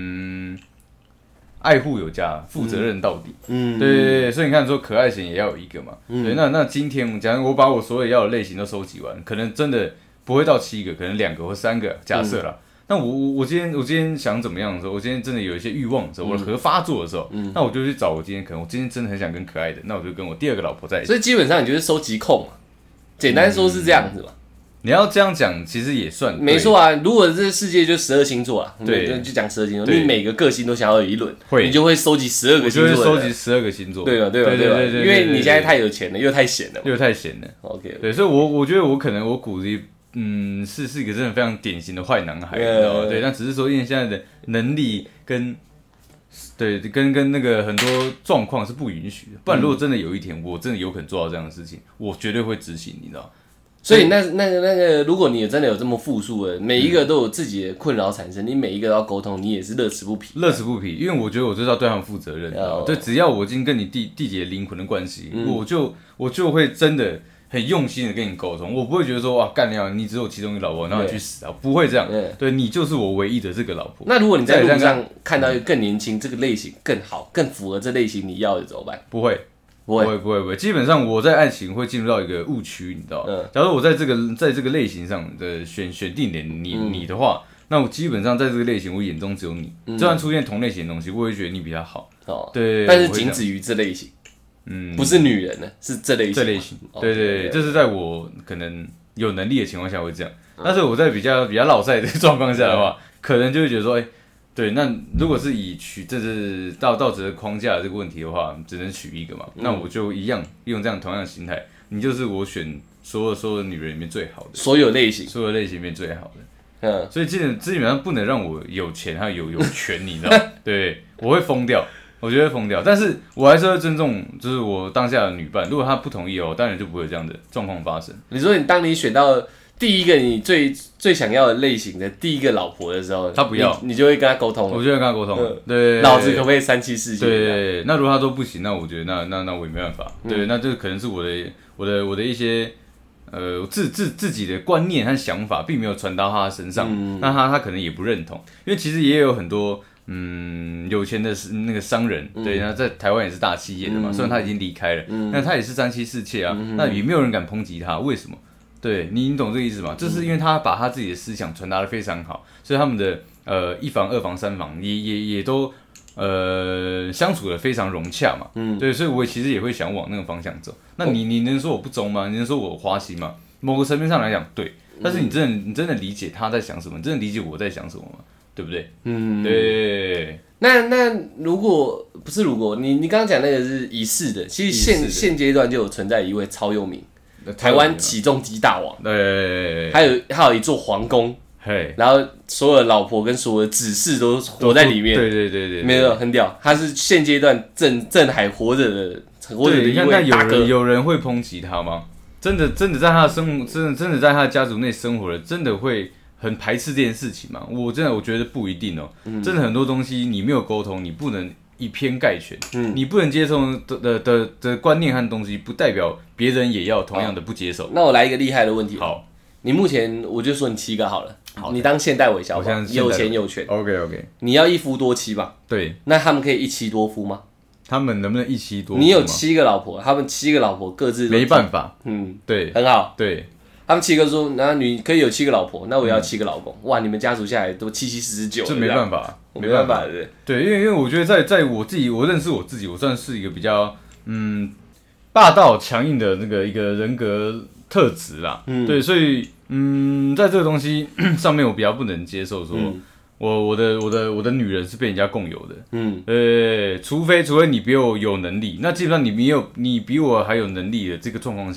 爱护有加，负责任到底。对，所以你看说可爱型也要有一个嘛。对，那今天假如我把我所有要的类型都收集完，可能真的不会到7个，可能2个或3个，假设啦。那我今天想怎么样的时候，我今天真的有一些欲望的时候，我的核发作的时候，那我就去找我今天真的很想跟可爱的，那我就跟我第2个老婆在一起。 所以基本上你就是收集控嘛，简单说是这样子嘛。 你要这样讲，其实也算没错啊。如果这个世界就12星座啊， 对， 就讲12星座，你每个个性都想要有一轮，你就会收集12个星座， 就会收集12个星座， 对吧？因为你现在太有钱了，又太闲了。OK， 对，所以我觉得我可能我骨子里是一个真的非常典型的坏男孩，你知道吗？对，但只是说因为现在的能力跟那个很多状况是不允许的，不然如果真的有一天我真的有可能做到这样的事情，我绝对会执行，你知道。 所以那个，如果你真的有这么富庶的，每一个都有自己的困扰产生，你每一个都要沟通，你也是乐此不疲。因为我觉得我就是要对他们负责任。对，只要我已经跟你缔结灵魂的关系，我就会真的很用心的跟你沟通，我不会觉得说哇干掉你只有其中一个老婆，然后你去死啊，不会这样。对，你就是我唯一的这个老婆。 那如果你在路上看到一个更年轻、这个类型更好、更符合这类型你要的怎么办？ 不会，基本上我在爱情会进入到一个误区，你知道？假如我在这个类型上的选定点你的话，那我基本上在这个类型我眼中只有你，就算出现同类型的东西，我会觉得你比较好。对， 但是仅止于这类型，不是女人呢，是这类型。 对，这是在我可能有能力的情况下会这样，但是我在比较老赛的状况下的话，可能就会觉得说，对，那如果是以这是道德框架的这个问题的话，只能取一个嘛，那我就一样用这样同样的心态，你就是我选所有的女人里面最好的， 所有类型里面最好的，所以基本上不能让我有钱还有权，你知道吗？对，我会疯掉，我觉得会疯掉，但是我还是会尊重，就是我当下的女伴，如果她不同意当然就不会有这样的状况发生。 你说当你选到第一个你最想要的类型的第一个老婆的时候， 他不要， 你就会跟他沟通。 我就会跟他沟通，对， 老子可不可以3妻4妾？ 对，那如果他说不行，那我觉得那我也没办法。对，那这可能是我的一些自己的观念和想法，并没有传到他身上，那他可能也不认同，因为其实也有很多有钱的那个商人，对，那在台湾也是大企业的嘛，虽然他已经离开了，那他也是3妻4妾啊，那也没有人敢抨击他，为什么？对，你懂这个意思吗？就是因为他把他自己的思想传达得非常好，所以他们的1房2房3房也都相处得非常融洽嘛。对，所以我其实也会想往那个方向走。那你能说我不忠吗？你能说我花心吗？某个层面上来讲，对。但是你真的理解他在想什么？你真的理解我在想什么吗？对不对？对。 那如果不是你刚刚讲那个是仪式的，其实现阶段就有存在一位超有名。台湾起重机大王，对，还有一座皇宫，然后所有的老婆跟所有的子嗣都活在里面， 对， 没有很屌，他是现阶段正还活着的一位大哥。 有人会抨击他吗？真的在他的生活，真的在他的家族内生活的，真的会很排斥这件事情吗？我觉得不一定哦，真的很多东西你没有沟通，你不能以偏概全，你不能接受的观念和东西，不代表别人也要同样的不接受。 那我来一个厉害的问题。 好， 你目前我就说你7个好了。好，你当现代韦小宝，有钱有权。 OK。 你要一夫多妻吧？ 对。 那他们可以一妻多夫吗？ 他们能不能一妻多夫？ 你有7个老婆，他们7个老婆各自没办法。对， 很好。 对。 他们7个说，那你可以有7个老婆，那我要7个老公。哇，你们家族下来都7、7、49， 这没办法， 没办法， 对，因为我觉得在我自己，我认识我自己，我算是一个比较霸道强硬的那个一个人格特质啦。对，所以在这个东西上面，我比较不能接受说，我的女人是被人家共有的。除非你比我有能力，那基本上你比我还有能力的这个状况下。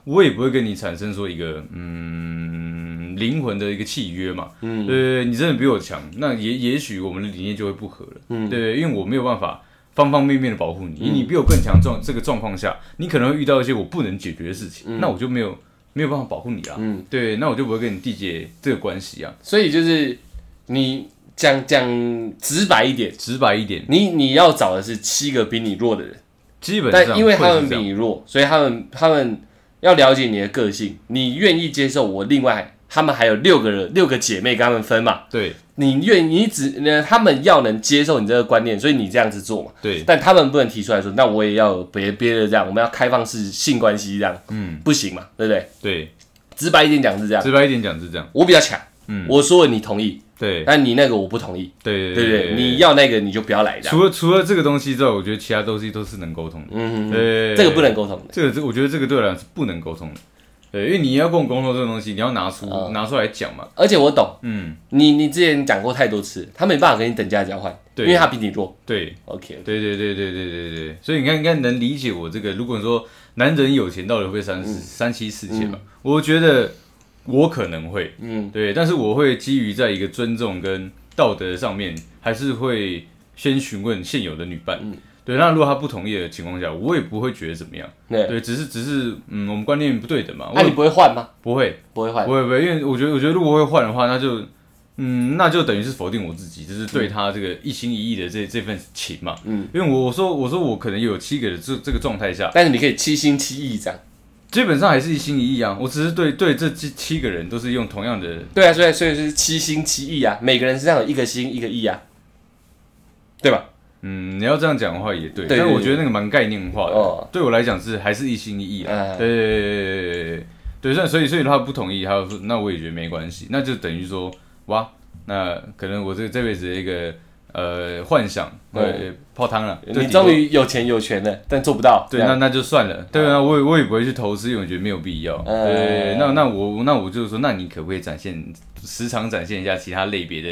我也不会跟你产生说一个灵魂的一个契约嘛。你真的比我强，那也许我们的理念就会不合了。对，因为我没有办法方方面面的保护你，你比我更强这个状况下，你可能会遇到一些我不能解决的事情，那我就没有办法保护你啦。对，那我就不会跟你缔结这个关系啊。 所以就是你讲直白一点，你要找的是7个比你弱的人， 基本上， 但因为他们比你弱，所以他们要了解你的个性，你愿意接受我另外。他们还有6个姐妹跟他们分嘛？ 对， 他们要能接受你这个观念，所以你这样子做嘛？ 对， 但他们不能提出来说，那我也要有别的这样，我们要开放式性关系这样，不行嘛，对不对？ 对， 直白一点讲是这样，我比较强，我说了你同意， 对， 但你那个我不同意，对，你要那个你就不要来这样。除了这个东西之外，我觉得其他东西都是能沟通的。对， 这个不能沟通的， 我觉得这个对我来讲是不能沟通的。对，因为你要跟我沟通这个东西，你要拿出来讲嘛。 而且我懂，你之前讲过太多次，他没办法跟你等价交换，因为他比你弱。 对 ，OK， 对，所以你看，应该能理解我这个。如果说男人有钱，到底会3妻4妾吧？我觉得我可能会，对，但是我会基于在一个尊重跟道德上面，还是会先询问现有的女伴。对，那如果他不同意的情况下，我也不会觉得怎么样。对，只是我们观念不对等嘛。 那你不会换吗？ 不会换，因为我觉得如果会换的话，那就等于是否定我自己，就是对他这个一心一意的这份情嘛。因为我说我可能有7个的这个状态下， 但是你可以7心7意这样。 基本上还是一心一意啊，我只是对这7个人都是用同样的。 对啊，所以是7心7意啊，每个人身上有1个心1个意啊，对吧？ 你要这样讲的话也对，但我觉得那个蛮概念化的。对我来讲还是一心一意啊。对，所以他不同意，他就说那我也觉得没关系，那就等于说哇，那可能我这辈子的一个幻想泡汤了。 你终于有钱有权了，但做不到。 对，那就算了。对啊，我也不会去投资，因为我觉得没有必要。对，那我就是说，那你可不可以时常展现一下其他类别的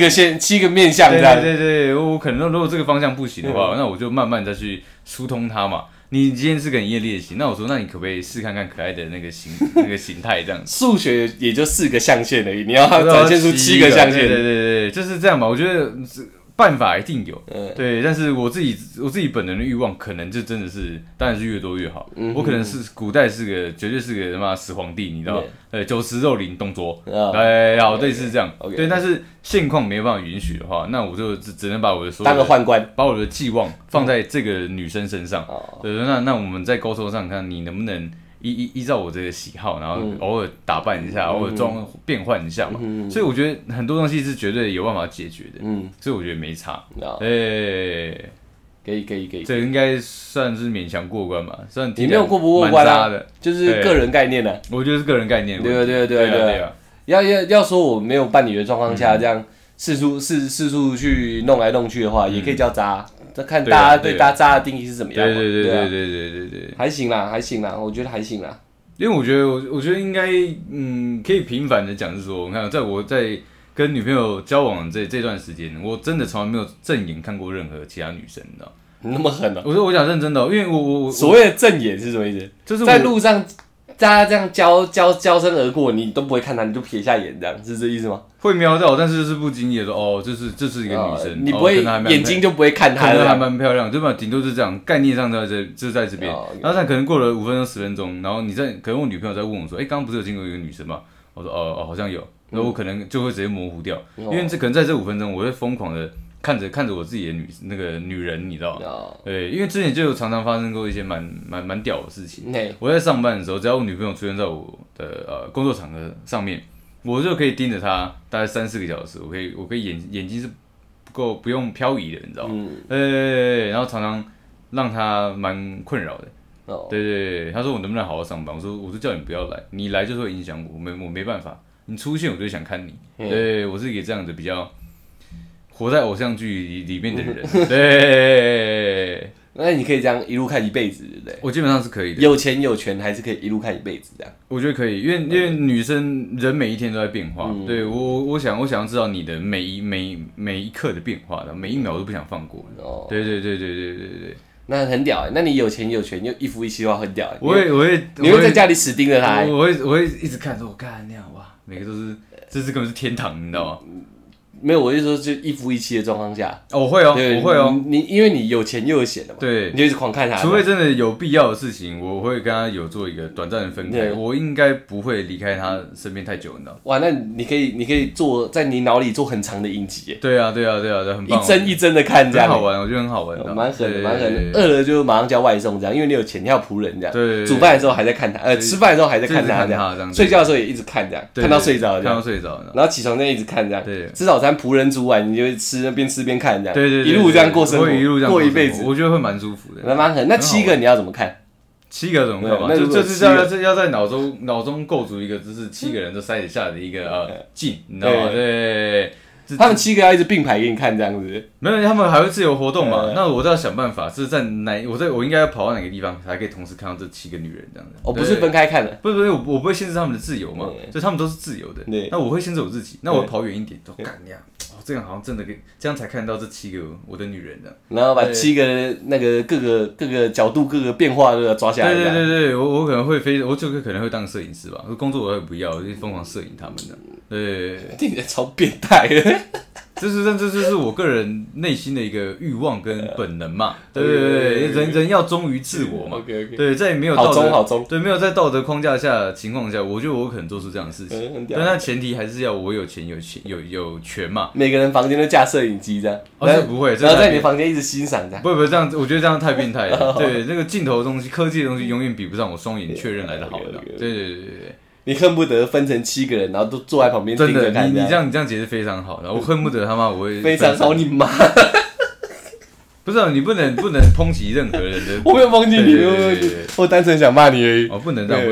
7个面向这样？ 对，我可能如果这个方向不行的话，那我就慢慢再去疏通它嘛。你今天是个营业猎奇，那我说，那你可不可以试看看可爱的那个形态这样？ 数学也就4个象限而已，你要展现出7个象限。 对，就是这样嘛。我觉得办法一定有，对，但是我自己本人的欲望，可能就真的是，当然是越多越好。我可能是古代绝对是个他妈死皇帝，你知道？酒池肉林东桌，好，类似这样。对，但是现况没有办法允许的话，那我就只能把我的当个宦官， 把我的寄望放在这个女生身上。对，那我们在沟通上看，你能不能依照我这个喜好，然后偶尔打扮一下，偶尔变换一下嘛。所以我觉得很多东西是绝对有办法解决的。所以我觉得没差。 可以， 这应该算是勉强过关吧。算你没有过不过关啊，就是个人概念啊。 我觉得是个人概念。 对啊。要说我没有伴侣的状况下，这样四处去弄来弄去的话，也可以叫渣。这看大家对渣的定义是怎么样。 对， 还行啦，我觉得还行啦。 因为我觉得应该可以平凡的讲是说，我看我在跟女朋友交往这段时间，我真的从来没有正眼看过任何其他女生，你知道？ 那么狠啊！ 我讲认真的，因为我所谓的正眼是什么意思？就是在路上大家这样交身而过，你都不会看她，你就撇下眼，这样是这意思吗？ 会瞄到，但是就是不经意的说，这是一个女生， 你不会眼睛就不会看她， 可能还蛮漂亮，对吧？顶多是这样，概念上就是在这边。然後可能过了5分钟10分钟，然后可能我女朋友在问我说，刚刚不是有经过一个女生吗？我说好像有，那我可能就会直接模糊掉，因为可能在这5分钟，我会疯狂的看着我自己的女人，你知道吗？对，因为之前就有常常发生过一些蛮屌的事情。我在上班的时候，只要我女朋友出现在我的工作场合上面，我就可以盯着她大概3-4个小时，我可以眼睛是不用漂移的，你知道吗？然后常常让她蛮困扰的。对，她说我能不能好好上班？我说叫你不要来，你来就是会影响我没办法。你出现我就想看你。对，我是一个这样子比较活在偶像剧里面的人。对， 那你可以这样一路看一辈子，对不对？ 我基本上是可以的， 有钱有权还是可以一路看一辈子这样。 我觉得可以，因为女生人每一天都在变化。对，我想要知道你的每一刻的变化的，每一秒我都不想放过。对。 那很屌那你有钱有权又一夫一妻的话很屌我会你会在家里死盯着他我会一直看说，我干那样哇，每个都是，这是根本是天堂，你知道吗？ 没有，我就说就一夫一妻的状况下， 我会我会你因为你有钱又有闲的嘛， 对， 你就一直狂看他， 除非真的有必要的事情，我会跟他有做一个短暂的分开，我应该不会离开他身边太久，你知道吗？ 哇，那你可以做在你脑里做很长的影集， 对啊，很棒， 一帧一帧的看，这样很好玩，我觉得很好玩， 蛮狠的，饿了就马上叫外送这样，因为你有钱，你要仆人这样， 对， 煮饭的时候还在看他，吃饭的时候还在看他这样，睡觉的时候也一直看这样，看到睡着，然后起床再一直看这样，吃早餐仆人煮完。你就吃边吃边看这样， 对， 一路这样过生活， 过一辈子， 我觉得会蛮舒服的。 那蛮狠。那7个你要怎么看 ？7个怎么看嘛？就是要在脑中构筑一个，就是7个人都塞得下的一个镜，你知道吗？对。 他们7个要一直并排给你看这样子， 没有，他们还会自由活动嘛？那我都要想办法，是在我应该要跑到哪个地方才可以同时看到这7个女人这样子？ 不是分开看的， 不是，我不会限制他们的自由嘛，所以他们都是自由的。那我会限制我自己，那我跑远一点，都干那样。这样好像真的这样才看到这7个我的女人的， 然后把7个那个各个角度、各个变化都要抓下来。 对，我可能会我就可能会当摄影师吧，工作我也不要，我就疯狂摄影他们的。对， 听起来超变态的。 这就是我个人内心的一个欲望跟本能嘛。对，人要忠于自我嘛。对，在没有道德好忠， 对，没有在道德框架下的情况下，我觉得我可能做出这样的事情。但那前提还是要我有钱有权嘛。 每个人房间都架摄影机这样。 这不会， 然后在你房间一直欣赏这样。 不这样，我觉得这样太变态了。对，那个镜头的东西、科技的东西，永远比不上我双眼确认来的好的。对。 你恨不得分成7个人，然后都坐在旁边盯着看。 你这样解释非常好的，我恨不得他妈我会非常好，你妈！ 不是你不能抨击任何人的， 我没有抨击你，我单纯想骂你而已。 不能这样。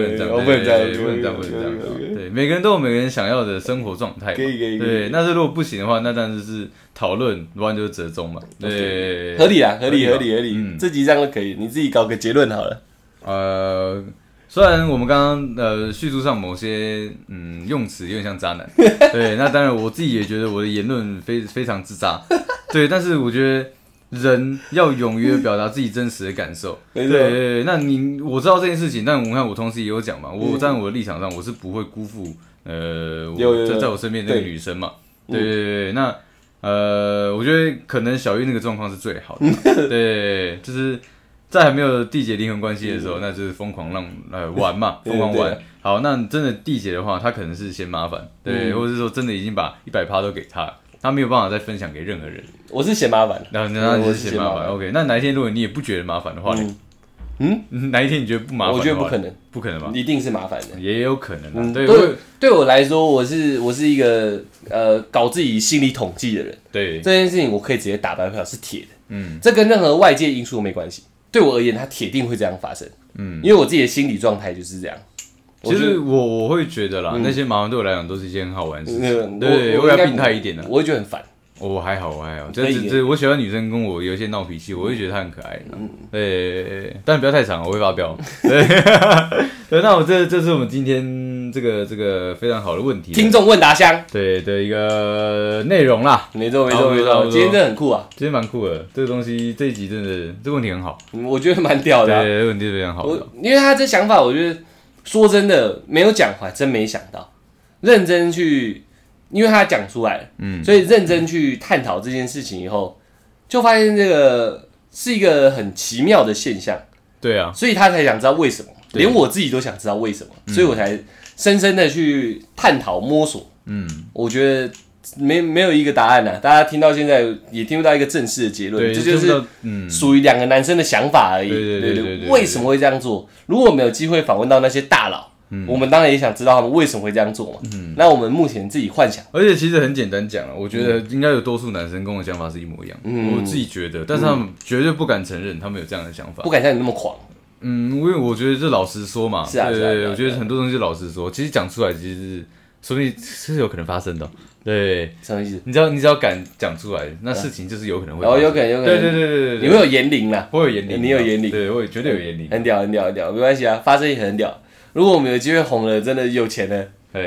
对，每个人都有每个人想要的生活状态。可以。对，那如果不行的话，那当然就是讨论，不然就是折中嘛。对， 合理。这集这样就可以，你自己搞个结论好了。 虽然我们刚刚叙述上某些用词有点像渣男，对，那当然我自己也觉得我的言论非常之渣，对，但是我觉得人要勇于表达自己真实的感受，对，那我知道这件事情，但我看我同时也有讲嘛，我站在我的立场上，我是不会辜负在我身边那个女生嘛，对，那我觉得可能小玉那个状况是最好的，对，就是在还没有缔结灵魂关系的时候，那就是疯狂玩嘛，疯狂玩。好，那真的缔结的话，他可能是嫌麻烦，对，或者是说真的已经把100%都给他，他没有办法再分享给任何人。 我是嫌麻烦， 那你是嫌麻烦。OK， 那哪一天如果你也不觉得麻烦的话呢？哪一天你觉得不麻烦？ 我觉得不可能， 不可能吧？ 一定是麻烦的， 也有可能。 对我来说，我是一个搞自己心理统计的人。 对这件事情，我可以直接打包票是铁的。这跟任何外界因素没关系。对我而言，它铁定会这样发生。因为我自己的心理状态就是这样。 其实我会觉得啦，那些麻烦对我来讲都是一件很好玩的事情。对，我要病态一点的， 我会觉得很烦。 我还好，我喜欢女生跟我有一些闹脾气，我会觉得她很可爱。对，但不要太长，我会发飙。对，那这是我们今天这个非常好的问题， 听众问答箱对的一个内容啦。 没错，今天真的很酷啊， 今天蛮酷的。这个东西这一集真的这个问题很好， 我觉得蛮屌的。 对，这个问题非常好。 因为他这想法，我觉得说真的没有讲，还真没想到，认真去。因为他讲出来了，所以认真去探讨这件事情以后，就发现这个是一个很奇妙的现象。 对啊， 所以他才想知道为什么，连我自己都想知道为什么，所以我才深深的去探讨摸索。我觉得没有一个答案啊，大家听到现在也听不到一个正式的结论，这就是属于2个男生的想法而已。对，为什么会这样做？如果我们有机会访问到那些大佬。我们当然也想知道他们为什么会这样做嘛。那我们目前自己幻想， 而且其实很简单讲了，我觉得应该有多数男生跟我想法是一模一样。我自己觉得，但是他们绝对不敢承认他们有这样的想法， 不敢像你那么狂。 因为我觉得这老实说嘛， 是啊， 对，我觉得很多东西老实说，其实讲出来其实说不定是有可能发生的。对， 什么意思？ 你只要敢讲出来，那事情就是有可能会发生。 有可能。 对， 你会有言灵啦， 我有言灵， 你有言灵， 对，我也绝对有言灵， 很屌，没关系啊，发生也很屌。如果我们有机会红了，真的有钱了，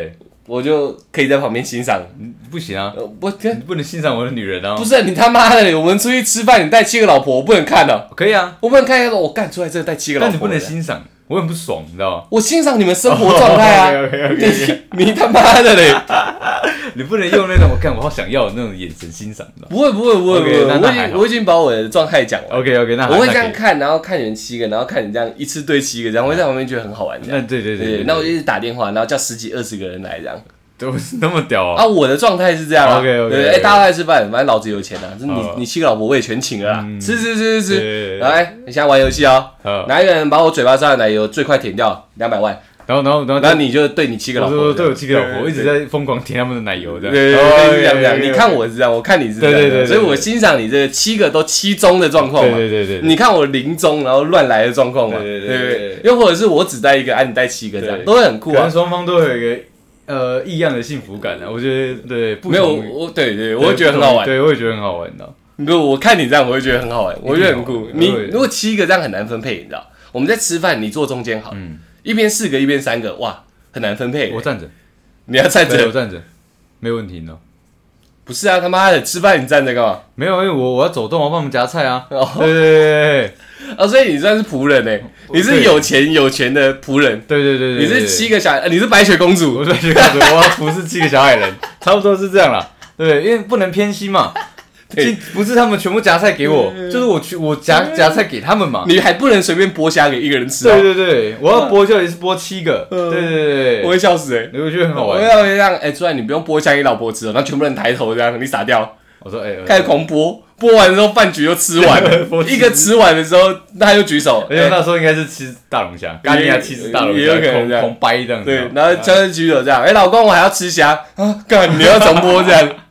我就可以在旁边欣赏。 不行啊， 你不能欣赏我的女人啊。 不是你他妈的，我们出去吃饭，你带7个老婆，我不能看的。 可以啊， 我不能看一个我干出来这个带7个老婆， 但你不能欣赏，我很不爽，你知道吗？ 我欣赏你们生活状态啊。你他妈的嘞！ 你不能用那种我好想要的那种眼神欣赏，你知道吗？ 不会，我已经把我的状态讲完。 OK， 那我会这样看，然后看你们7个，然后看你这样一次对7个，这样我会在旁边觉得很好玩。 那对， 那我就一直打电话，然后叫10几20个人来这样。 都那么屌啊！ 我的状态是这样啊。 OK， 大家来吃饭，反正老子有钱啊，你7个老婆我也全请了啦，吃。来，你现在玩游戏哦，哪一个人把我嘴巴上的奶油最快舔掉200万？然后你就对你7个老婆， 对我7个老婆，我一直在疯狂舔他们的奶油的。 对，这样。你看我是这样，我看你是这样，对，所以我欣赏你这个7个都7中的状况嘛。 对。 你看我0中，然后乱来的状况嘛。对。又或者是我只带1个，你带7个，这样都会很酷啊。 可能双方都会有一个。异样的幸福感啊，我觉得对， 没有对，我会觉得很好玩， 对，我也觉得很好玩的。 不，我看你这样，我会觉得很好玩，我觉得很酷。你如果7个这样很难分配，你知道？我们在吃饭，你坐中间好，一边4个，一边3个，哇，很难分配。 我站着， 你要站着， 我站着，没有问题呢。 不是啊，他妈的，吃饭你站着干嘛？ 没有，因为我要走动，我要帮他们夹菜啊。对。 所以你算是仆人欸，你是有钱有权的仆人。对，你是7个小孩，你是白雪公主。 我是白雪公主，我要服侍7个小矮人，差不多是这样啦。对，因为不能偏心嘛。不是他们全部夹菜给我，就是我夹菜给他们嘛。 你还不能随便剥虾给1个人吃。 对，我要剥就也是剥7个。对， 我会笑死我觉得很好玩。 我要这样，出来你不用剥虾给老婆吃了，然后全部人抬头这样，你傻掉。 我说开始狂剥完之后饭局就吃完了，一个吃完的时候他就举手， 因为那时候应该是吃大龙虾，咖喱吃大龙虾，狂掰这样子。 对，然后就举手这样，老公我还要吃虾啊，干你要重剥这样。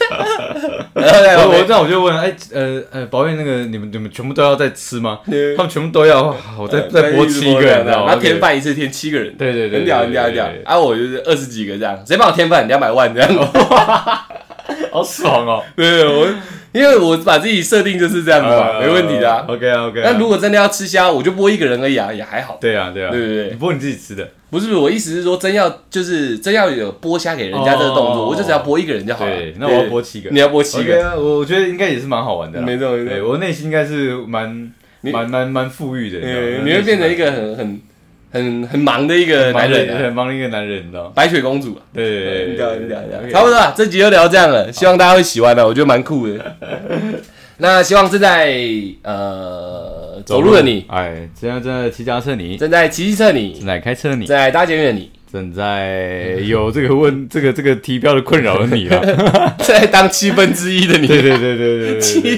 我就问，宝贝那个你们全部都要再吃吗？他们全部都要，我再剥7个人， 然后添饭一次添7个人， 对， 很屌。我就是20几个这样，谁帮我添饭200万这样。 好爽哦！ 对，因为我把自己设定就是这样子嘛，没问题的啊。 OK。 那如果真的要吃虾，我就剥1个人而已啊，也还好。 对啊。 对， 你剥你自己吃的， 不是我意思是说，真要有剥虾给人家这个动作，我就只要剥1个人就好了。 对，那我要剥7个， 你要剥7个， 我觉得应该也是蛮好玩的。 没错， 我内心应该是蛮富裕的。 你会变成一个很忙的一个男人， 很忙的一个男人，你知道？ 白雪公主， 对， 差不多了，这集就聊这样了，希望大家会喜欢的，我觉得蛮酷的。那希望正在走路的你， 正在骑脚车你， 正在骑机车你， 正在开车你， 正在搭捷运的你， 正在有这个提标的困扰的你啊， 在当1/7的你， 对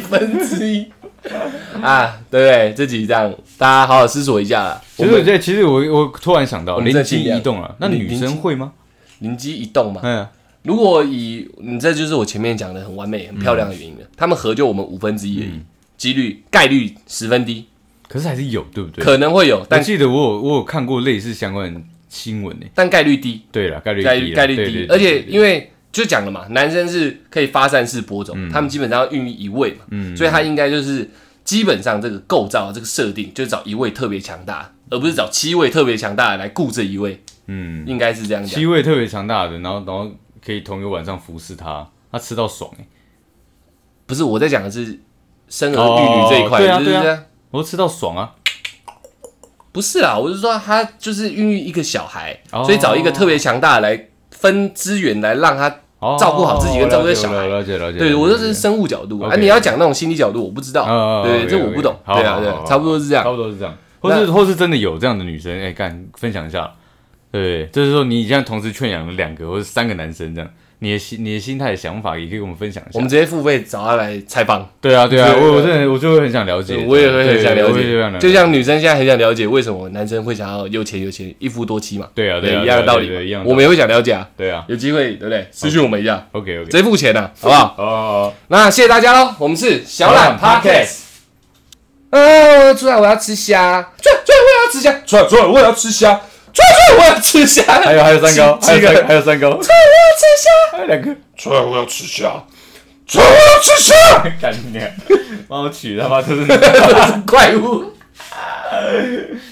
1/7。啊，对不对？这集这样，大家好好思索一下啦。 其实我突然想到，灵机一动了。那女生会吗？ 灵机一动嘛。如果你这就是我前面讲的很完美、很漂亮的原因了。他们合就我们1/5而已，概率10分低。 可是还是有，对不对？ 可能会有，但我记得我有看过类似相关的新闻但概率低。 对了，概率低， 而且因为就讲了嘛，男生是可以发散式播种，他们基本上要孕育1位嘛，所以他应该就是基本上这个构造这个设定，就是找1位特别强大，而不是找7位特别强大的来顾这1位。应该是这样讲。 7位特别强大的，然后可以同一个晚上服侍他吃到爽不是我在讲的是生儿育女这一块，对啊， 我都吃到爽啊。 不是啦，我是说他就是孕育一个小孩，所以找一个特别强大的来分资源，来让他照顾好自己跟照顾小孩。 了解。 对，我这是生物角度你要讲那种心理角度，我不知道。对，这我不懂。对啊，差不多是这样。 或是真的有这样的女生，分享一下。对，就是说你现在同时圈养了2个或者3个男生这样，你的心态的想法也可以跟我们分享一下。 我们直接付费找他来采访。 对啊，我就会很想了解。 我也会很想了解。就像女生现在很想了解为什么男生会想要有钱一夫多妻嘛。 对啊， 一样的道理。我们也会想了解啊。 对啊， 有机会对不对？私讯我们一下。 OK， 直接付钱好不好？那谢谢大家喽，我们是小懒 Podcast。出来我要吃虾，出来我要吃虾，出来我要吃虾。我要吃虾， 还有3个，还有3个。出来我要吃虾， 还有2个。 出来我要吃虾，出来我要吃虾。 干你娘！帮我取他妈都是怪物。